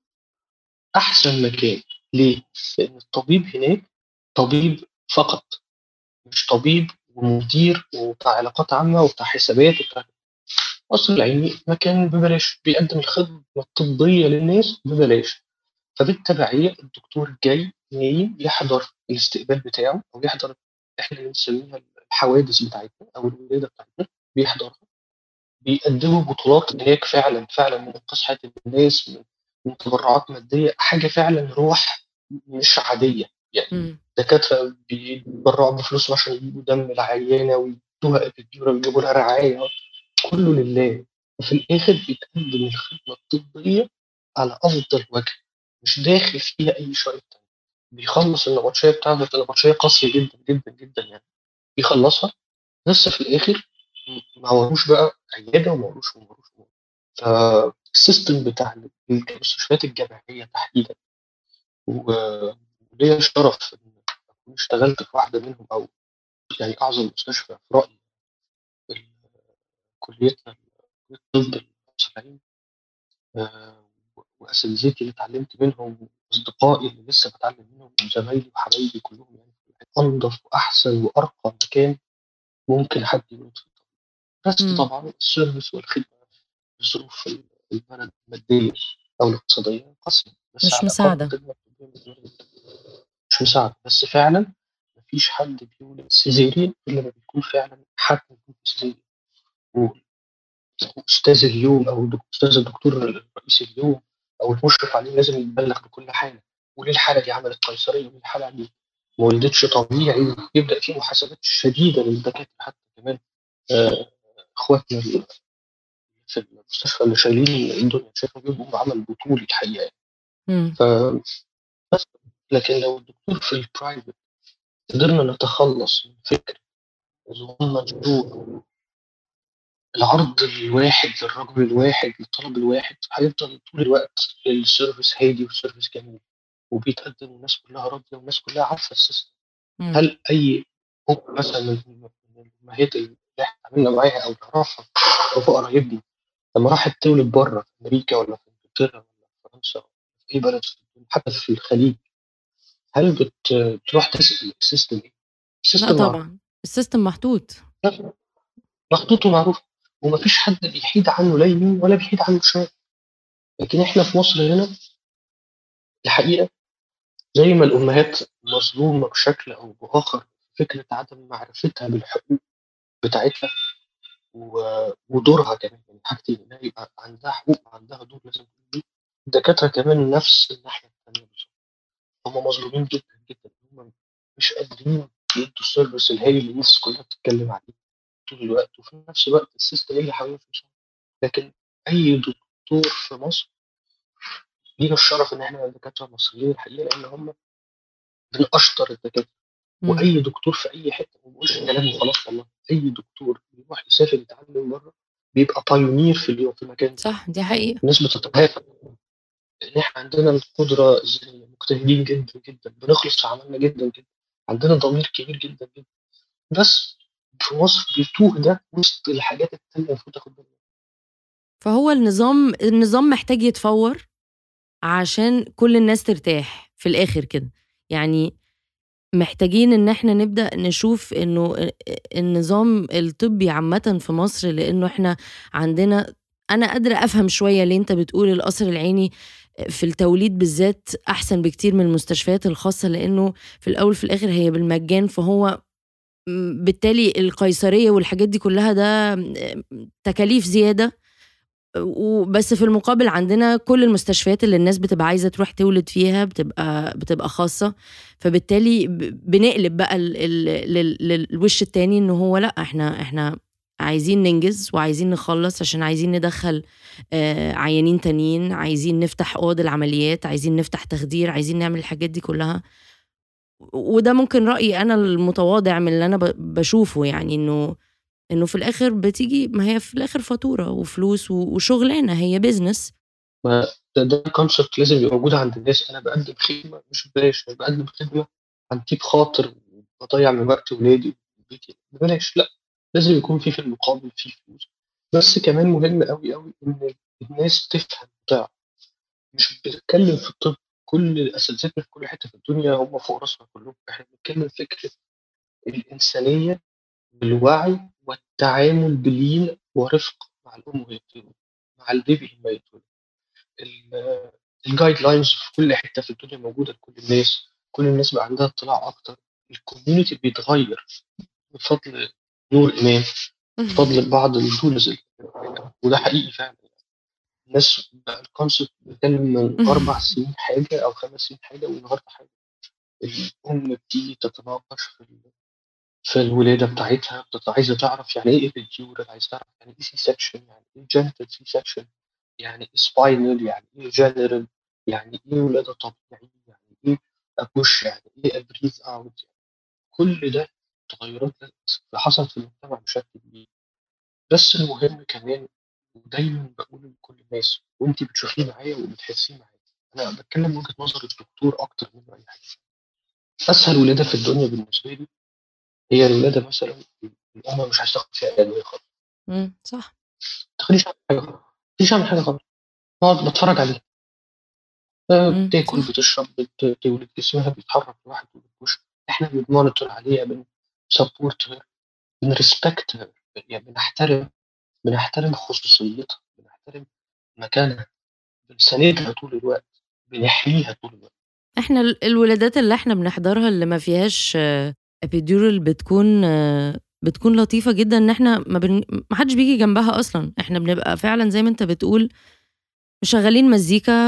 أحسن مكان. ليه؟ لإن الطبيب هناك طبيب فقط، مش طبيب ومدير وبتاع علاقات عامة وبتاع حسابات وبتاع. قصر العيني مكان ببلاش، بيقدم الخدمة الطبية للناس ببلاش، فبالتبعية الدكتور جاي نايم يحضر الاستقبال بتاعه أو يحضر إحنا بنسميها الحوادث بتاعتنا أو الولادة بتاعتنا، بيحضرها، بيقدموا بطولات هناك فعلًا، فعلًا من إنقاذ حياة الناس، من تبرعات مادية، حاجة فعلًا روح مش عادية، يعني إمم. دكاترة بيتبرعوا بفلوسهم عشان يجيبوا دم العيانة ويدوها epidural ويجيبوا لها رعاية، كله لله، وفي الآخر بتقدم الخدمة الطبية على أفضل وجه، مش داخل فيها أي شوية تاني. بيخلّص النبطشية بتاعته، بتبقى نبطشية قاسية جدًا، جدًا، جدًا يعني، بيخلّصها بس في الآخر ما وروش بقى عيادة وما وروش وما وروش وما وروش. فالsystem بتاع المستشفيات الجامعية تحديدًا وليّا الشرف إن أكون اشتغلت في واحدة منهم أو يعني أعظم مستشفى في رأيي في كليتنا كلية الطب المصرية. وأساتذتي اللي اتعلمت منهم وأصدقائي اللي لسه باتعلم منهم وزمايلي وحبايبي كلّهم يعني أنضف وأحسن وأرقى مكان ممكن حد يموت فيه. بس إمم. طبعًا الservice والخدمة ظروف البلد المادية أو الاقتصادية قاسية، بس مش على الأقل مساعدة. الخدمة الطبية مش مساعدة، بس فعلًا ما فيش حد بيولد سيزيريان إلا لمّا بيكون فعلًا حتمي يكون سيزيريان. أستاذ اليوم أو أستاذ الدكتور رئيس اليوم أو المشرف عليه لازم يتبلغ بكل حالة، وليه الحالة دي عملت قيصرية وليه الحالة دي ما ولدتش طبيعي، يبدأ في محاسبات شديدة للدكاترة حتى كمان. إخواتنا في المستشفى اللي شايلين الدنيا شايفهم بيبقوا بعمل بطولي الحقيقة يعني. إمم. ف بس لكن لو الدكتور في الprivate قدرنا نتخلص من فكرة ظلم مشروع العرض الواحد للرجل الواحد للطلب الواحد، هيفضل طول الوقت السيرفيس هادي والسيرفيس جميل وبيتقدم والناس كلها راضية والناس كلها عارفة السيستم. إمم. هل أي أم مثلا من الأمهات اللي إحنا اتعاملنا معاها أو نعرفها رفقة قرايبنا لما راحت تولد بره في أمريكا ولا في إنجلترا ولا في فرنسا ولا في أي بلد في الدنيا، حتى في الخليج، هل بتروح تسأل السيستم إيه؟ لأ السيستم معروف، طبعًا، الsystem محطوط. محطوط ومعروف، ومفيش حد بيحيد عنه لا يمين ولا بيحيد عنه شمال. لكن إحنا في مصر هنا الحقيقة زي ما الأمهات مظلومة بشكل أو بآخر، فكرة عدم معرفتها بالحقوق بتاعتها ودورها كمان، يعني حاجتين إنها يبقى عندها حقوق وعندها دور لازم تقوم بيه. الدكاترة كمان نفس الناحية التانية بالضبط، هم مظلومين جدًا، جدًا، هم مش قادرين يدّوا السيرفيس الهايل اللي الناس كلها بتتكلم عليه طول الوقت، وفي نفس الوقت السيستم اللي حواليهم مش مساعد. لكن أي دكتور في مصر لينا الشرف إن إحنا دكاترة مصريين الحقيقة لإن هم من أشطر الدكاترة. إمم. وأي دكتور في أي حتة ما باقولش كلام وخلاص والله، أي دكتور بيروح يسافر يتعلم برّه بيبقى pioneer في في مكانه. صح، دي حقيقة. الناس بتتهافت لإن إحنا عندنا القدرة الذهنية، مجتهدين جدًا، جدًا، بنخلص في عملنا جدًا، جدًا. عندنا ضمير كبير جدًا، جدًا، بس في مصر بيتوه ده وسط الحاجات التانية المفروض تاخد بالنا. فهو النظام محتاج يتفوّر عشان كل الناس ترتاح في الآخر كده. يعني محتاجين إن إحنا نبدأ نشوف إنه النظام الطبي عامةً في مصر، لإنه إحنا عندنا، أنا قادرة أفهم شوية ليه أنت بتقول القصر العيني في التوليد بالذات أحسن بكتير من المستشفيات الخاصة، لإنه في الأول وفي الآخر هي بالمجان، فهو بالتالي القيصرية والحاجات دي كلّها ده تكاليف زيادة. وبس في المقابل عندنا كل المستشفيات اللي الناس بتبقى عايزة تروح تولد فيها بتبقى خاصة. فبالتالي بنقلب بقى للوش التاني، إنه هو لأ، إحنا عايزين ننجز وعايزين نخلّص عشان عايزين ندخّل عيانين تانيين، عايزين نفتح أوض العمليات، عايزين نفتح تخدير، عايزين نعمل الحاجات دي كلّها. وده ممكن رأيي أنا المتواضع من اللي أنا باشوفه، يعني إنه في الآخر بتيجي، ما هي في الآخر فاتورة وفلوس وشغلانة، هي business. ما ده concept لازم يبقى موجود عند الناس. أنا باقدّم خدمة مش ببلاش، مش باقدّم خدمة عن طيب خاطر باضيّع من وقت ولادي وبيتي ببلاش، لأ، لازم يكون في المقابل في فلوس. بس كمان مهم أوي، أوي إن الناس تفهم وتعرف. مش بنتكلم في الطب، كل أساتذتنا في كل حتة في الدنيا هم فوق راسنا كلّهم. إحنا بنتكلم فكرة الإنسانية بالوعي والتعامل بلين ورفق مع الأم وهي بتولد، مع البيبي لمّا يتولد. ال الguidelines في كل حتة في الدنيا موجودة لكل الناس، كل الناس بقى عندها اطلاع أكتر. الcommunity بيتغيّر بفضل نور إمام، بفضل بعض الtools وده حقيقي فعلًا. الناس بقى الconcept بيتكلم من 4 سنين حاجة أو 5 سنين حاجة والنهارده حاجة. الأم بتيجي تتناقش في الولادة بتاعتها، بتبقى عايزة تعرف يعني إيه epidural، عايزة تعرف يعني إيه C-section، يعني إيه genital C-section، يعني إيه spinal، يعني إيه general، يعني إيه ولادة طبيعية، يعني إيه أpush، يعني إيه breathe out. كل ده تغيرات حصلت في المجتمع بشكل كبير. بس المهم كمان، ودايما بقول لكل الناس وأنت بتشوفيه معايا وبتحسيه معايا، أنا بتكلم من وجهة نظر الدكتور أكتر من أي حاجة. أسهل ولادة في الدنيا بالنسبة لي هي الولادة مثلا الأم مش عايزة تاخد فيها أدوية خالص، صح. تخليش أعمل حاجة خالص، مفيش أعمل حاجة خالص، باقعد باتفرّج عليها، بتاكل، صح. بتشرب، بتولد، جسمها بيتحرك لوحده وبتpush. إحنا بنmonitor عليها، بنsupport her، بنrespect her، يعني بنحترم خصوصيتها، بنحترم مكانها، بنساندها طول الوقت، بنحميها طول الوقت. إحنا الولادات اللي إحنا بنحضرها اللي ما فيهاش epidural بتكون لطيفة جدًا، إن إحنا ما حدش بييجي جنبها أصلًا. إحنا بنبقى فعلًا زي ما أنت بتقول مشغّلين مزيكا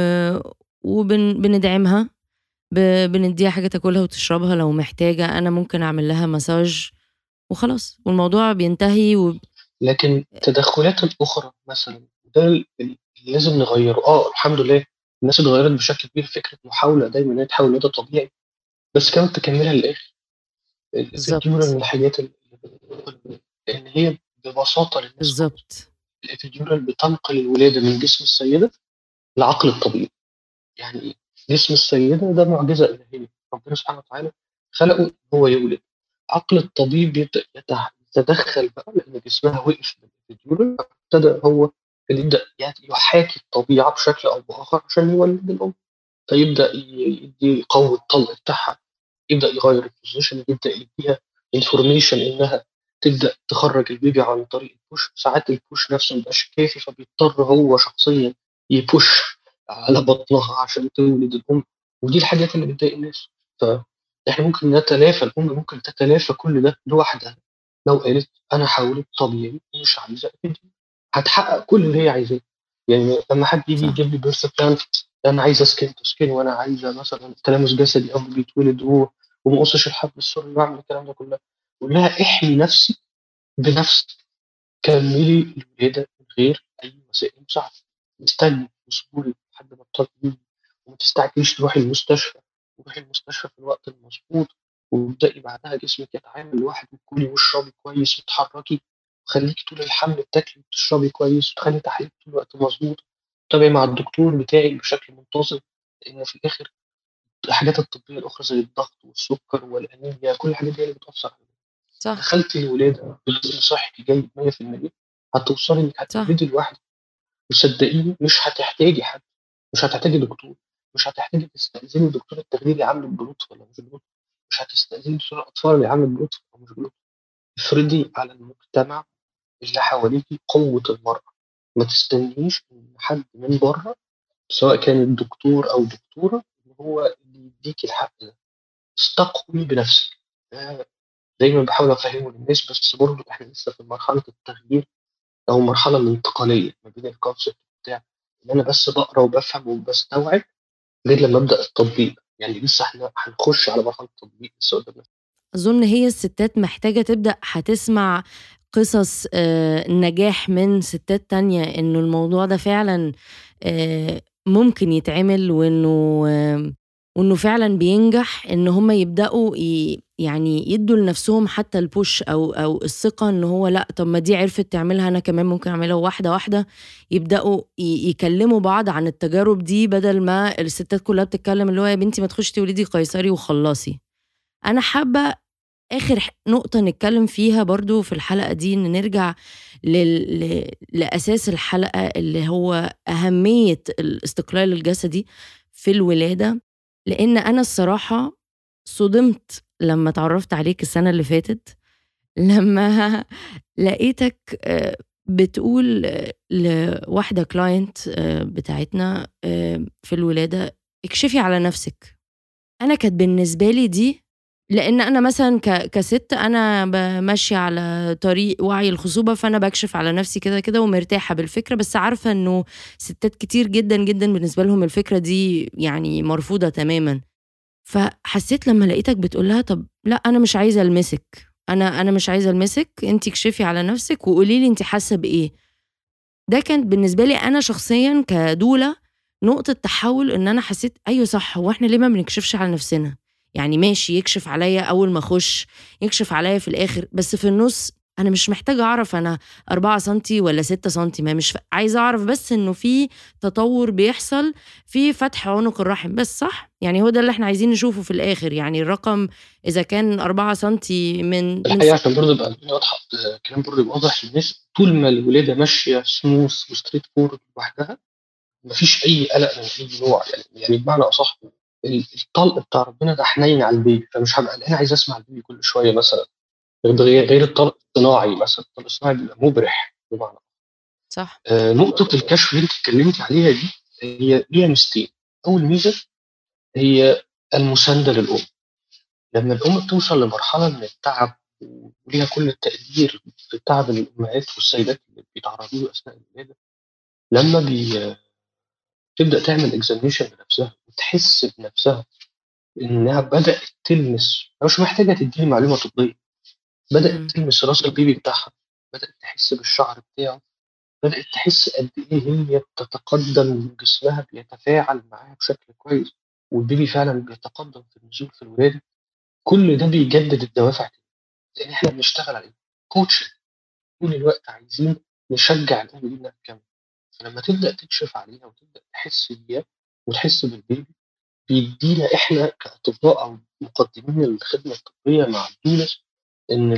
بندعمها، بندّيها حاجة تاكلها وتشربها لو محتاجة، أنا ممكن أعمل لها مساج وخلاص والموضوع بينتهي لكن التدخلات الأخرى مثلًا ده اللي لازم نغيّره. الحمد لله الناس اتغيّرت بشكل كبير، فكرة محاولة دايمًا إن هي تحاول إن ده طبيعي، بس كمان تكمّلها للآخر. الepidural من بالضبط. الحاجات لإن هي ببساطة للناس خالص، بالضبط. الepidural بتنقل الولادة من جسم السيدة لعقل الطبيب. يعني إيه؟ جسم السيدة ده معجزة إلهية، ربنا سبحانه وتعالى خلقه إن هو يولد. عقل الطبيب يبدأ يتدخّل بقى لإن جسمها وقف بالepidural، فابتدى هو اللي يبدأ يحاكي الطبيعة بشكل أو بآخر عشان يولد الأم. فيبدأ يقوي الطلق بتاعها، يبدأ يغيّر الposition، يبدأ يدّيها information إنها تبدأ تخرّج البيبي عن طريق الpush. ساعات الpush نفسه ما بيبقاش كافي، فبيضطر هو شخصيًا يpush على بطنها عشان تولد الأم. ودي الحاجات اللي بتضايق الناس. فإحنا ممكن نتلافى، الأم ممكن تتلافى كل ده لوحدها لو قالت أنا هاولد طبيعي ومش عايزة epidural، هتحقق كل اللي هي عايزاه. يعني لمّا حد ييجي صح. يجيب لي birth plan، أنا عايزة skin to skin وأنا عايزة مثلًا تلامس جسدي أول ما بيتولد وما اقصش الحبل السري واعمل الكلام ده كله، قُل لها احمي نفسِك بنفسِك، كمّلي الولادة من غير أي وسائل مساعدة، استني واصبري لحد ما تطلّقي وما تستعجليش تروحي المستشفى. روحي المستشفى في الوقت المضبوط وابدئي بعدها جسمِك يتعامل لوحده، كُلي واشربي كويس واتحركي وخلّيكِ طول الحمل بتاكلي وبتشربي كويس وتخلّي تحاليلِك طول الوقت مضبوطة. تابعي مع الدكتور بتاعِك بشكل منتظم، لإن في الآخر الحاجات الطبية الأخرى زي الضغط والسكر والأنيميا، كل الحاجات دي اللي بتأثر على الولادة. صح، دخلتي الولادة بجسم صحي جيد 100%، هتوصلي إنك صح، هتولدي لوحدك، وصدقيني مش هتحتاجي حد، مش هتحتاجي دكتور، مش هتحتاجي تستأذني دكتور التخدير يعمل بلوط ولا مش بلوط، مش هتستأذني دكتور الأطفال يعمل بلوط ولا مش بلوط. افرضي على المجتمع اللي حواليكي قوة المرأة، ما تستنيش إن حد من بره سواء كان الدكتور أو دكتورة إن هو اللي يديكي الحق ده. استقوي بنفسك. ده دايما بحاول أفهمه للناس، بس برضه إحنا لسه في مرحلة التغيير أو المرحلة الانتقالية ما بين الكونسيبت بتاع إن أنا بس بقرا وبفهم وبستوعب غير لما أبدأ التطبيق. يعني لسه إحنا هنخش على مرحلة التطبيق لسه قدامنا. أظن هي الستات محتاجة تبدأ هتسمع قصص نجاح من ستات تانية، إنه الموضوع ده فعلا ممكن يتعمل، وإنه فعلا بينجح، إن هم يبدأوا يعني يدوا لنفسهم حتى البوش أو الثقة، إن هو لأ، طب ما دي عرفت تعملها أنا كمان ممكن أعملها، واحدة واحدة يبدأوا يكلموا بعض عن التجارب دي، بدل ما الستات كلها بتتكلم اللي هو يا بنتي ما تخشي تولدي قيصري وخلصي. أنا حابة آخر نقطة نتكلم فيها برضو في الحلقة دي، إن نرجع لأساس الحلقة اللي هو أهمية الاستقلال الجسدي في الولادة. لأن أنا الصراحة صدمت لما تعرفت عليك السنة اللي فاتت، لما لقيتك بتقول لواحدة كلاينت بتاعتنا في الولادة اكشفي على نفسك. أنا كانت بالنسبة لي دي، لأن أنا مثلا كست أنا ماشية على طريق وعي الخصوبة، فأنا بكشف على نفسي كده كده ومرتاحة بالفكرة، بس عارفة أنه ستات كتير جدا جدا بالنسبة لهم الفكرة دي يعني مرفوضة تماما. فحسيت لما لقيتك بتقولها طب لا أنا مش عايزة ألمسك، أنا مش عايزة ألمسك، أنتي كشفي على نفسك وقوليلي أنتي حاسة بإيه. ده كان بالنسبة لي أنا شخصيا كدولة نقطة تحول، إن أنا حسيت أيوة صح، هو إحنا ليه ما بنكشفش على نفسنا؟ يعني ماشي يكشف عليا أول ما أخش، يكشف عليا في الآخر، بس في النص أنا مش محتاجة أعرف أنا 4 سنتي ولا 6 سنتي، ما مش عايزة أعرف بس إنه في تطور بيحصل في فتح عنق الرحم بس، صح؟ يعني هو ده اللي إحنا عايزين نشوفه في الآخر، يعني الرقم إذا كان 4 سنتي من الحقيقة عشان برضه يبقى الدنيا واضحة، الكلام برضه يبقى واضح للناس، طول ما الولادة ماشية سموث وستريت فورد لوحدها مفيش أي قلق من أي نوع. يعني بمعنى أصح الطلق بتاع ربنا ده حنين على البيبي، فمش هبقى قلقان عايز أسمع البيبي كل شوية مثلا. غير الطلق الصناعي مثلا، الطلق الصناعي بيبقى مبرح بمعنى. صح. نقطة الكشف اللي أنت اتكلمتي عليها دي هي ليها ميزتين. أول ميزة هي المساندة للأم. لما الأم بتوصل لمرحلة من التعب، وليها كل التقدير في تعب الأمهات والسيدات اللي بيتعرضوا له أثناء الولادة، لما تبدأ تعمل اكزاميشن لنفسها وتحس بنفسها إنها بدأت تلمس، مش محتاجة تديني معلومة طبية، بدأت مم. تلمس راس البيبي بتاعها، بدأت تحس بالشعر بتاعه، بدأت تحس قد إيه هي بتتقدم وجسمها بيتفاعل معاها بشكل كويس، والبيبي فعلا بيتقدم في النزول في الولادة. كل ده بيجدد الدوافع دي، لأن إحنا بنشتغل على إيه؟ كوتش. طول الوقت عايزين نشجع الأم دي إنها تكمل. فلما تبدأ تكشف عليها وتبدأ تحس بيها وتحس بالبيبي، بيدينا إحنا كأطباء أو مقدمين الخدمة الطبية مع الدولة إن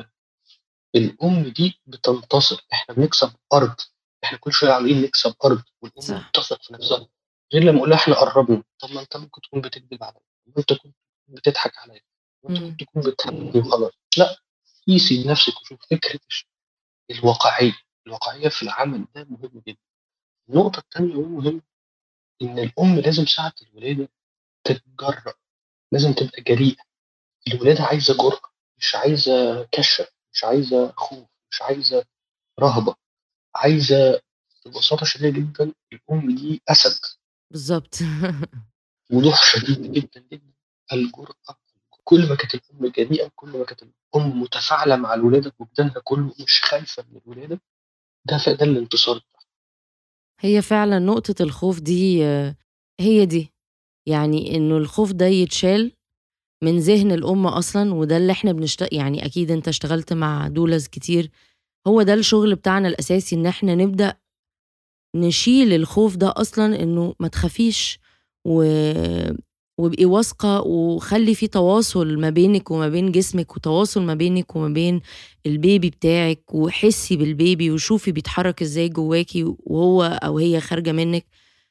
الأم دي بتنتصر، إحنا بنكسب أرض. إحنا كل شوية عاملين نكسب أرض، والأم دي صح. بتثق في نفسها. غير لما أقول لها إحنا قربنا، طب ما أنت ممكن تكون بتكذب عليا، ممكن تكون بتضحك عليا، ممكن مم. تكون بتهدي وخلاص. لا، قيسي نفسك وشوف فكرة الواقعية. الواقعية في العمل ده مهم جدا. النقطة الثانية والمهمة إن الأم لازم ساعة الولادة تتجرأ، لازم تبقى جريئة. الولادة عايزة جرأة، مش عايزة كشة، مش عايزة خوف، مش عايزة رهبة، عايزة ببساطة شديدة جدا الأم دي أسد. بالظبط. وضوح شديد جدا جدا. الجرأة. كل ما كانت الأم جريئة، كل ما كانت الأم متفاعلة مع الولادة بوجدانها كله، مش خايفة من الولادة. ده الانتصار. هي فعلا نقطة الخوف دي هي دي، يعني إنه الخوف ده يتشال من ذهن الأم أصلا، وده اللي احنا يعني أكيد انت اشتغلت مع دولز كتير، هو ده الشغل بتاعنا الأساسي، إن احنا نبدأ نشيل الخوف ده أصلا، إنه ما تخافيش و... وابقي واثقة، وخلي في تواصل ما بينك وما بين جسمك، وتواصل ما بينك وما بين البيبي بتاعك، وحسي بالبيبي وشوفي بيتحرك ازاي جواكي وهو أو هي خارجة منك.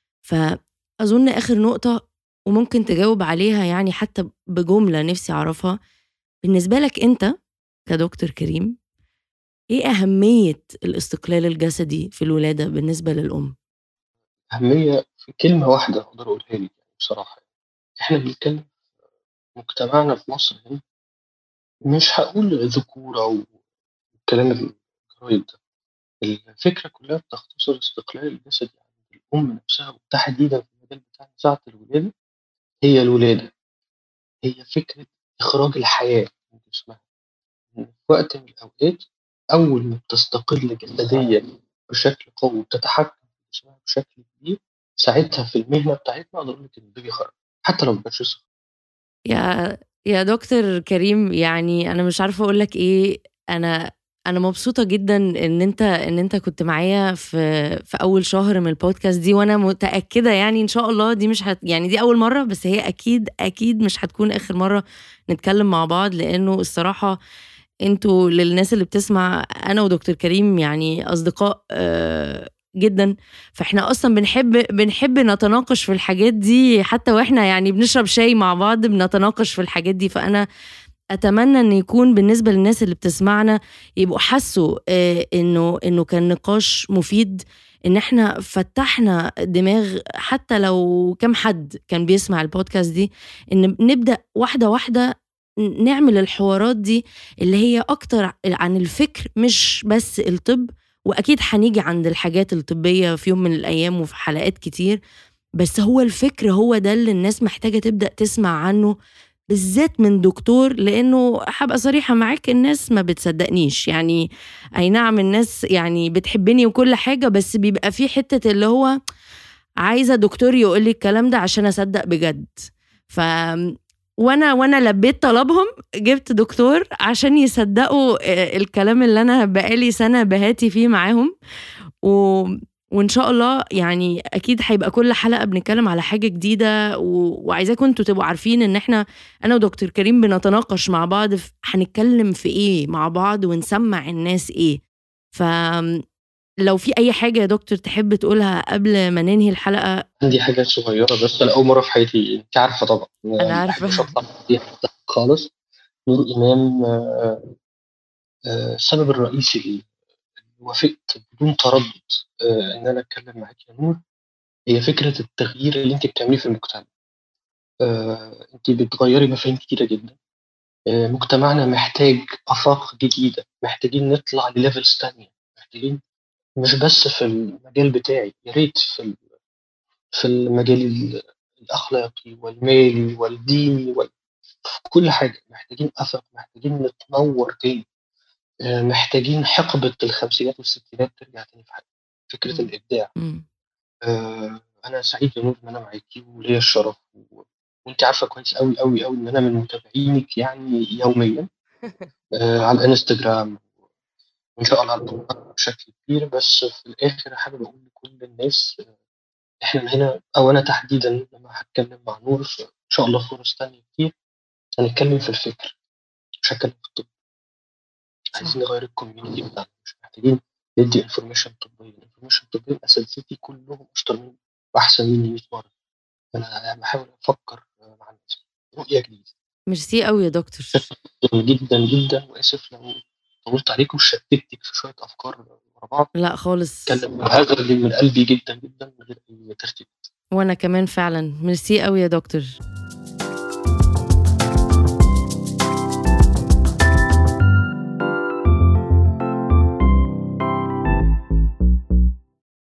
فأظن آخر نقطة وممكن تجاوب عليها يعني حتى بجملة نفسي أعرفها، بالنسبة لك أنت كدكتور كريم، إيه أهمية الاستقلال الجسدي في الولادة بالنسبة للأم؟ أهمية في كلمة واحدة أقدر أقولها لِك يعني بصراحة. إحنا بنتكلم مجتمعنا في مصر هنا، مش هاقول ذكورة والكلام الجرايد ده. الفكرة كلها بتختصر استقلال الجسد عند الأم نفسها، وتحديدًا في المجال بتاعنا ساعة الولادة. هي الولادة، هي فكرة إخراج الحياة من جسمها. إن في وقت من الأوقات أول ما بتستقل جسديًا بشكل قوي وبتتحكم في جسمها بشكل كبير، ساعتها في المهنة بتاعتنا أقدر أقول لِك إن البيبي خرج، حتى لو ما كانش لسه. يا دكتور كريم، يعني أنا مش عارفة أقول لك إيه. أنا أنا مبسوطة جدًا إن أنت كنت معايا في أول شهر من البودكاست دي، وأنا متأكدة يعني إن شاء الله دي مش يعني دي أول مرة، بس هي أكيد مش هتكون آخر مرة نتكلم مع بعض، لإنه الصراحة أنتم للناس اللي بتسمع، أنا ودكتور كريم يعني أصدقاء جدًا. فإحنا أصلًا بنحب نتناقش في الحاجات دي، حتى وإحنا يعني بنشرب شاي مع بعض بنتناقش في الحاجات دي. فأنا أتمنى إن يكون بالنسبة للناس اللي بتسمعنا يبقوا حسوا إنه كان نقاش مفيد، إن إحنا فتحنا دماغ حتى لو كام حد كان بيسمع البودكاست دي، إن نبدأ واحدة واحدة نعمل الحوارات دي اللي هي أكتر عن الفكر مش بس الطب. وأكيد هنيجي عند الحاجات الطبية في يوم من الأيام وفي حلقات كتير، بس هو الفكر هو ده اللي الناس محتاجة تبدأ تسمع عنه، بالذات من دكتور. لأنه هابقى صريحة معاك، الناس ما بتصدقنيش يعني. أي نعم الناس يعني بتحبني وكل حاجة، بس بيبقى في حتة اللي هو عايزة دكتور يقول لي الكلام ده عشان أصدق بجد. ف وأنا لبيت طلبهم، جبت دكتور عشان يصدقوا الكلام اللي أنا بقالي سنة بهاتي فيه معاهم. و... وإن شاء الله يعني أكيد هيبقى كل حلقة بنتكلم على حاجة جديدة. وعايزاكم انتوا تبقوا عارفين إن احنا، أنا ودكتور كريم بنتناقش مع بعض هنتكلم في إيه مع بعض ونسمع الناس إيه. فلو في أي حاجة يا دكتور تحب تقولها قبل ما ننهي الحلقة. عندي حاجة صغيرة بس أنا أول مرة في حياتي، أنتِ عارفة طبعًا أنا أنا ما عارفة. باحبش أطلع فضيحة خالص. نور إمام السبب الرئيسي اللي وافقت بدون تردد إن أنا أتكلم معاكِ يا نور، هي فكرة التغيير اللي أنتِ بتعمليه في المجتمع. أنتِ بتغيّري مفاهيم كتيرة جدًا. مجتمعنا محتاج آفاق جديدة، محتاجين نطلع لlevels تانية، محتاجين مش بس في المجال بتاعي، يا ريت في المجال الأخلاقي والمالي والديني في كل حاجة. محتاجين آفاق، محتاجين نتنوّر تاني. محتاجين حقبة الخمسينات والستينات ترجع تاني في حياتنا، فكرة إمم. الإبداع. إمم. أنا سعيد يا نور إن أنا معاكِ وليّا الشرف وأنتِ عارفة كويس أوي إن أنا من متابعينِك يعني يوميًا على الإنستجرام، وإن شاء الله على البودكاست بشكل كبير. بس في الآخر حابب أقول لكل الناس إحنا هنا أو أنا تحديدًا لمّا هاتكلم مع نور فإن شاء الله فرص تانية كتير، هنتكلم في الفكر، مش هاتكلم في الطب. عايزين صح. نغيّر الcommunity بتاعنا، مش محتاجين ندّي information طبية. الinformation الطبية أساتذتي كلّهم أشطر مني وأحسن مني 100 مرّة. أنا باحاول أفكّر مع الناس رؤية جديدة. ميرسي أوي يا دكتور. شكرًا جدًا وآسف لو طوّلت عليكِ وشتّتِك في شوية أفكار ورا بعض. لأ خالص. باتكلّم بهذا من قلبي جدًا من غير أي ترتيب. وأنا كمان فعلًا، ميرسي أوي يا دكتور.